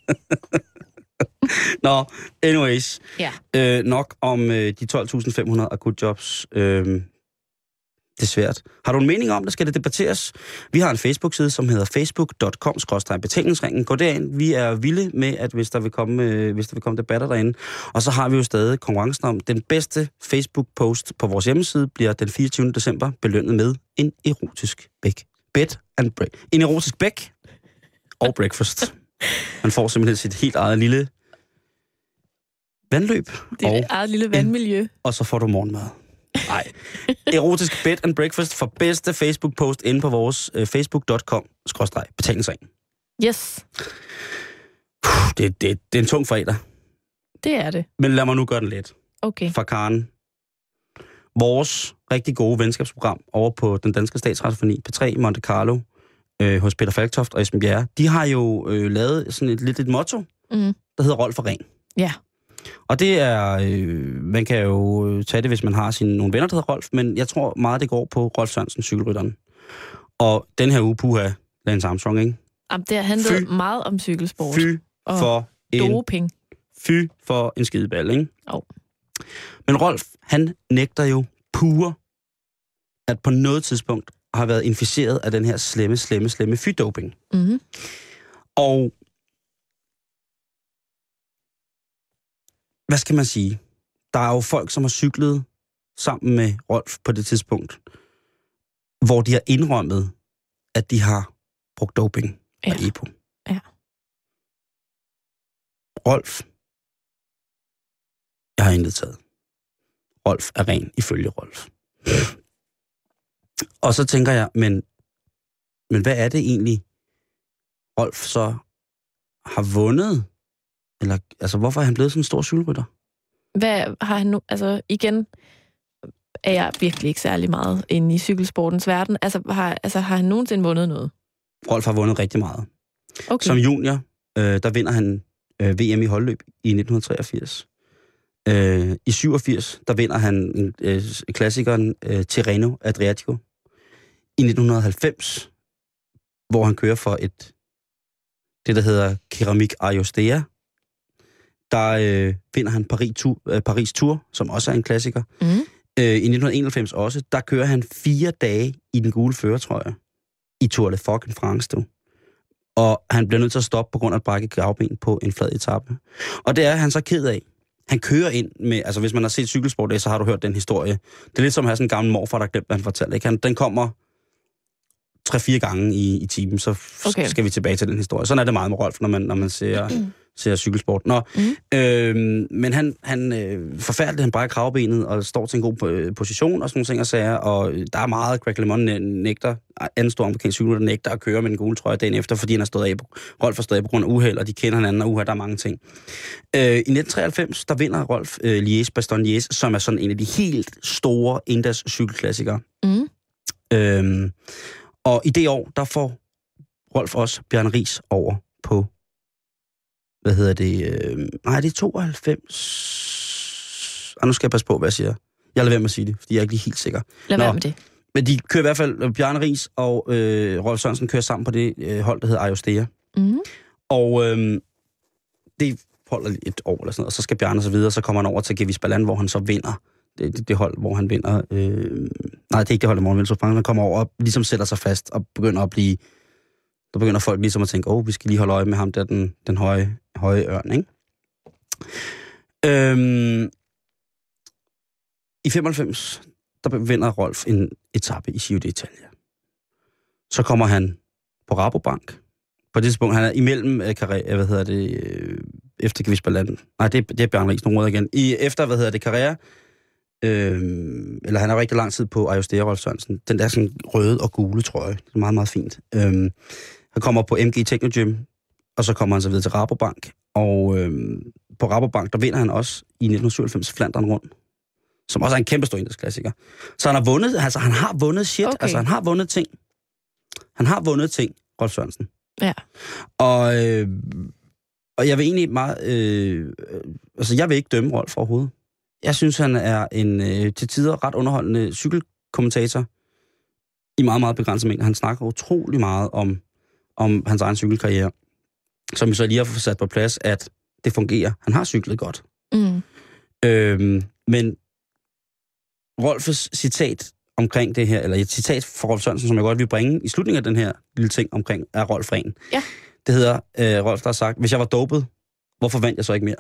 Nå, anyways. Ja. Nok om de 12.500 akutjobs. Det er svært. Har du en mening om det? Skal det debatteres? Vi har en Facebook-side, som hedder facebook.com/betalingsringen. Gå derind. Vi er vilde med, at hvis der vil komme debatter derinde. Og så har vi jo stadig konkurrencen om den bedste Facebook-post på vores hjemmeside, bliver den 24. december belønnet med en erotisk en erotisk bæk og breakfast. Man får simpelthen sit helt eget lille vandløb. Det er et eget lille vandmiljø. Og så får du morgenmad. Nej. Erotisk bed and breakfast for bedste Facebook-post inde på vores facebook.com/betalingsring. Yes. Det er en tung fredag. Det er det. Men lad mig nu gøre den let. Okay. For Karen. Vores rigtig gode venskabsprogram over på den danske statsradiofoni, P3 i Monte Carlo, hos Peter Falktoft og Esben Bjerre, de har jo lavet sådan et motto, der hedder Rolf og Ren. Ja. Og det er, man kan jo tage det, hvis man har nogle venner, der hedder Rolf, men jeg tror meget, det går på Rolf Sørensen, cykelrytteren. Og den her uge, puha, Lance Armstrong, ikke? Jamen, det har handlet meget om cykelsport. Fy for en skideball, ikke? Oh. Men Rolf, han nægter jo pure, at på noget tidspunkt har været inficeret af den her slemme fydoping. Mm-hmm. Og hvad skal man sige? Der er jo folk, som har cyklet sammen med Rolf på det tidspunkt, hvor de har indrømmet, at de har brugt doping og EPO. Ja. Rolf, jeg har intet taget. Rolf er ren ifølge Rolf. Og så tænker jeg, men hvad er det egentlig, Rolf så har vundet? Eller, altså, hvorfor er han blevet sådan en stor cykelrytter? Hvad har han nu? Altså, igen, er jeg virkelig ikke særlig meget inde i cykelsportens verden. Har han nogensinde vundet noget? Rolf har vundet rigtig meget. Okay. Som junior, der vinder han VM i holdløb i 1983. I 87, der vinder han klassikeren Tirreno Adriatico. I 1990, hvor han kører for det der hedder Keramik Ariostea, der vinder han Paris Tour, som også er en klassiker. Mm. I 1991 også, der kører han 4 dage i den gule førertrøje i Tour de fucking France, du. Og han bliver nødt til at stoppe på grund af et brækket gravben på en flad etape. Og det er han så ked af. Han kører ind med, altså hvis man har set cykelsport, så har du hørt den historie. Det er lidt som at have sådan en gammel morfar, der glemte, hvad han fortalte. Ikke? Den kommer 3-4 gange i timen, så skal vi tilbage til den historie. Sådan er det meget med Rolf, når man ser cykelsport. Men han forfærdeligt, han brækker kravbenet og står til en god position og sådan nogle ting og sager, og der er meget, Greg LeMond nægter, anden stor amerikansk cykelrytter nægter at køre med den gule trøje dagen efter, fordi han er stået af, Rolf er stået af på grund af uheld, og de kender hinanden, og der er mange ting. I 1993, der vinder Rolf Liège-Bastogne-Liège, som er sådan en af de helt store indas cykelklassikere. Mm. Og i det år, der får Rolf også Bjarne Riis over på, det er 92. Nu skal jeg passe på, hvad jeg siger. Jeg lader være med at sige det, fordi jeg er ikke lige helt sikker. Lad være med det. Men de kører i hvert fald, Bjarne Riis og Rolf Sørensen kører sammen på det hold, der hedder Ariostea. Mm. Og det holder et år eller sådan noget, og så skal Bjarne så videre, så kommer han over til Gewiss Balland, hvor han så vinder. Det hold, hvor han vinder. Nej, det er ikke det hold, hvor han vinder. Han kommer over og ligesom sætter sig fast og begynder at blive... Der begynder folk ligesom at tænke, vi skal lige holde øje med ham der, den høje ørn, ikke? I 95, der vinder Rolf en etape i Giro d'Italia. Så kommer han på Rabobank. På det tidspunkt, han er imellem, efter Gewiss Balland. Nej, det er Bjarne Riis, nu råder igen. Efter, Carrera, eller han er rigtig lang tid på Ariostea, Rolf Sørensen. Den der sådan røde og gule trøje. Det er meget, meget fint. Han kommer på MG Technogym, og så kommer han så videre til Rabobank. Og på Rabobank, der vinder han også i 1997 Flandern rundt, som også er en kæmpe stor klassiker. Så han har vundet, altså han har vundet shit, okay. Altså han har vundet ting. Han har vundet ting, Rolf Sørensen. Ja. Og jeg vil egentlig meget, jeg vil ikke dømme Rolf overhovedet. Jeg synes, han er en til tider ret underholdende cykelkommentator i meget, meget begrænset mængde. Han snakker utrolig meget om hans egen cykelkarriere, som vi så lige har fået sat på plads, at det fungerer. Han har cyklet godt. Mm. Men Rolfs citat omkring det her, eller et citat fra Rolf Sørensen, som jeg godt vil bringe i slutningen af den her lille ting omkring, er Rolf Rehn. Ja. Det hedder, Rolf der har sagt, hvis jeg var dopet, hvorfor vandt jeg så ikke mere?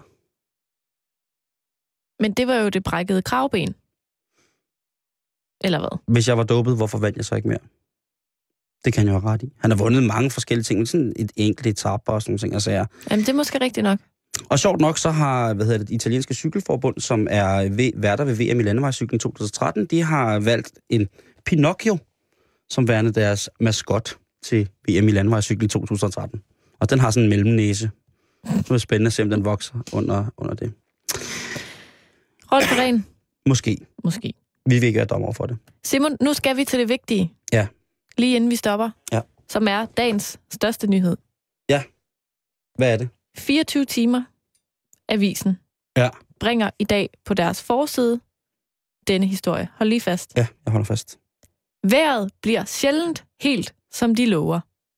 Men det var jo det brækkede kravben. Eller hvad? Hvis jeg var dopet, hvorfor vandt jeg så ikke mere? Det kan jeg jo have ret i. Han har vundet mange forskellige ting, sådan et enkelt etape og sådan nogle ting, jeg siger. Jamen, det er måske rigtigt nok. Og sjovt nok, så har, det italienske cykelforbund, som er værter ved VM i landevejscykling 2013, de har valgt en Pinocchio som værende deres maskot til VM i landevejscykling 2013. Og den har sådan en mellemnæse. Det er spændende at se, om den vokser under det. Rolf Rehn. Måske. Vi vil ikke være dommer for det. Simon, nu skal vi til det vigtige. Ja. Lige inden vi stopper. Ja. Som er dagens største nyhed. Ja. Hvad er det? 24 timer. Avisen. Ja. Bringer i dag på deres forside denne historie. Hold lige fast. Ja, jeg holder fast. Vejret bliver sjældent helt, som de lover.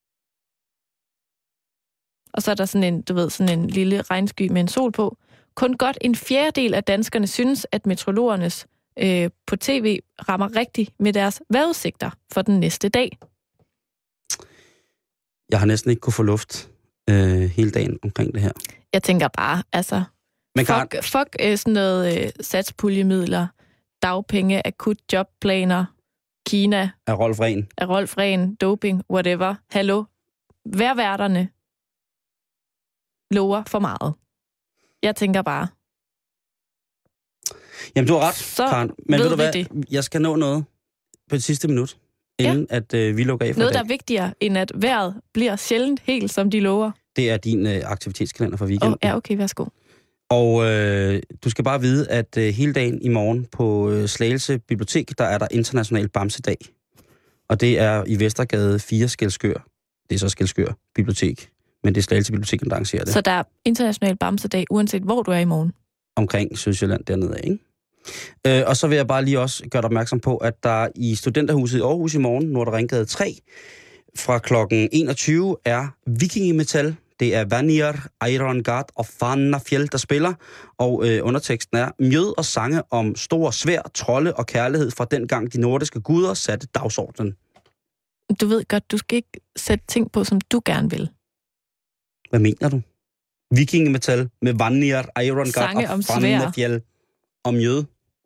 Og så er der sådan en lille regnsky med en sol på. Kun godt 1/4 af danskerne synes, at meteorologernes på tv rammer rigtigt med deres vejrudsigter for den næste dag. Jeg har næsten ikke kunne få luft hele dagen omkring det her. Jeg tænker bare, fuck sådan noget satspuljemidler, dagpenge, akut jobplaner, Kina. Er Rolf Rehn, doping, whatever. Hallo. Vejrværterne lover for meget. Jeg tænker bare. Jamen, du har ret, Karen. Men ved du hvad? Det. Jeg skal nå noget på det sidste minut, inden at vi lukker af for noget, dag. der er vigtigere, end at vejret bliver sjældent helt, som de lover. Det er din aktivitetskalender for weekenden. Ja, okay, værsgo. Og du skal bare vide, at hele dagen i morgen på Slagelse Bibliotek, der er der International Bamsedag. Og det er i Vestergade 4 Skelskør. Det er så Skelskør Bibliotek, men det er Slagelse Bibliotek, der arrangerer det. Så der er International Bamsedag, uanset hvor du er i morgen? Omkring Sydsjælland dernede, ikke? Og så vil jeg bare lige også gøre dig opmærksom på, at der i Studenterhuset i Aarhus i morgen, Nordre 3, fra klokken 21 er Vikingemetal. Det er Vanir, Eirongard og Fanafjell, der spiller. Og underteksten er mjød og sange om stor svær, trolde og kærlighed fra dengang de nordiske guder satte dagsordenen. Du ved godt, du skal ikke sætte ting på, som du gerne vil. Hvad mener du? Vikingemetal med Vanir, Eirongard og Fanafjell og mjød.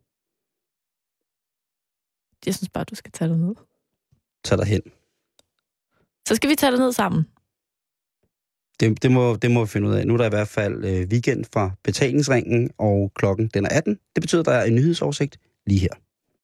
Jeg synes bare, du skal tage det ned. Tag dig hen. Så skal vi tage det ned sammen. Det må vi finde ud af. Nu er der i hvert fald weekend fra betalingsringen, og klokken den er 18. Det betyder, at der er en nyhedsoversigt lige her.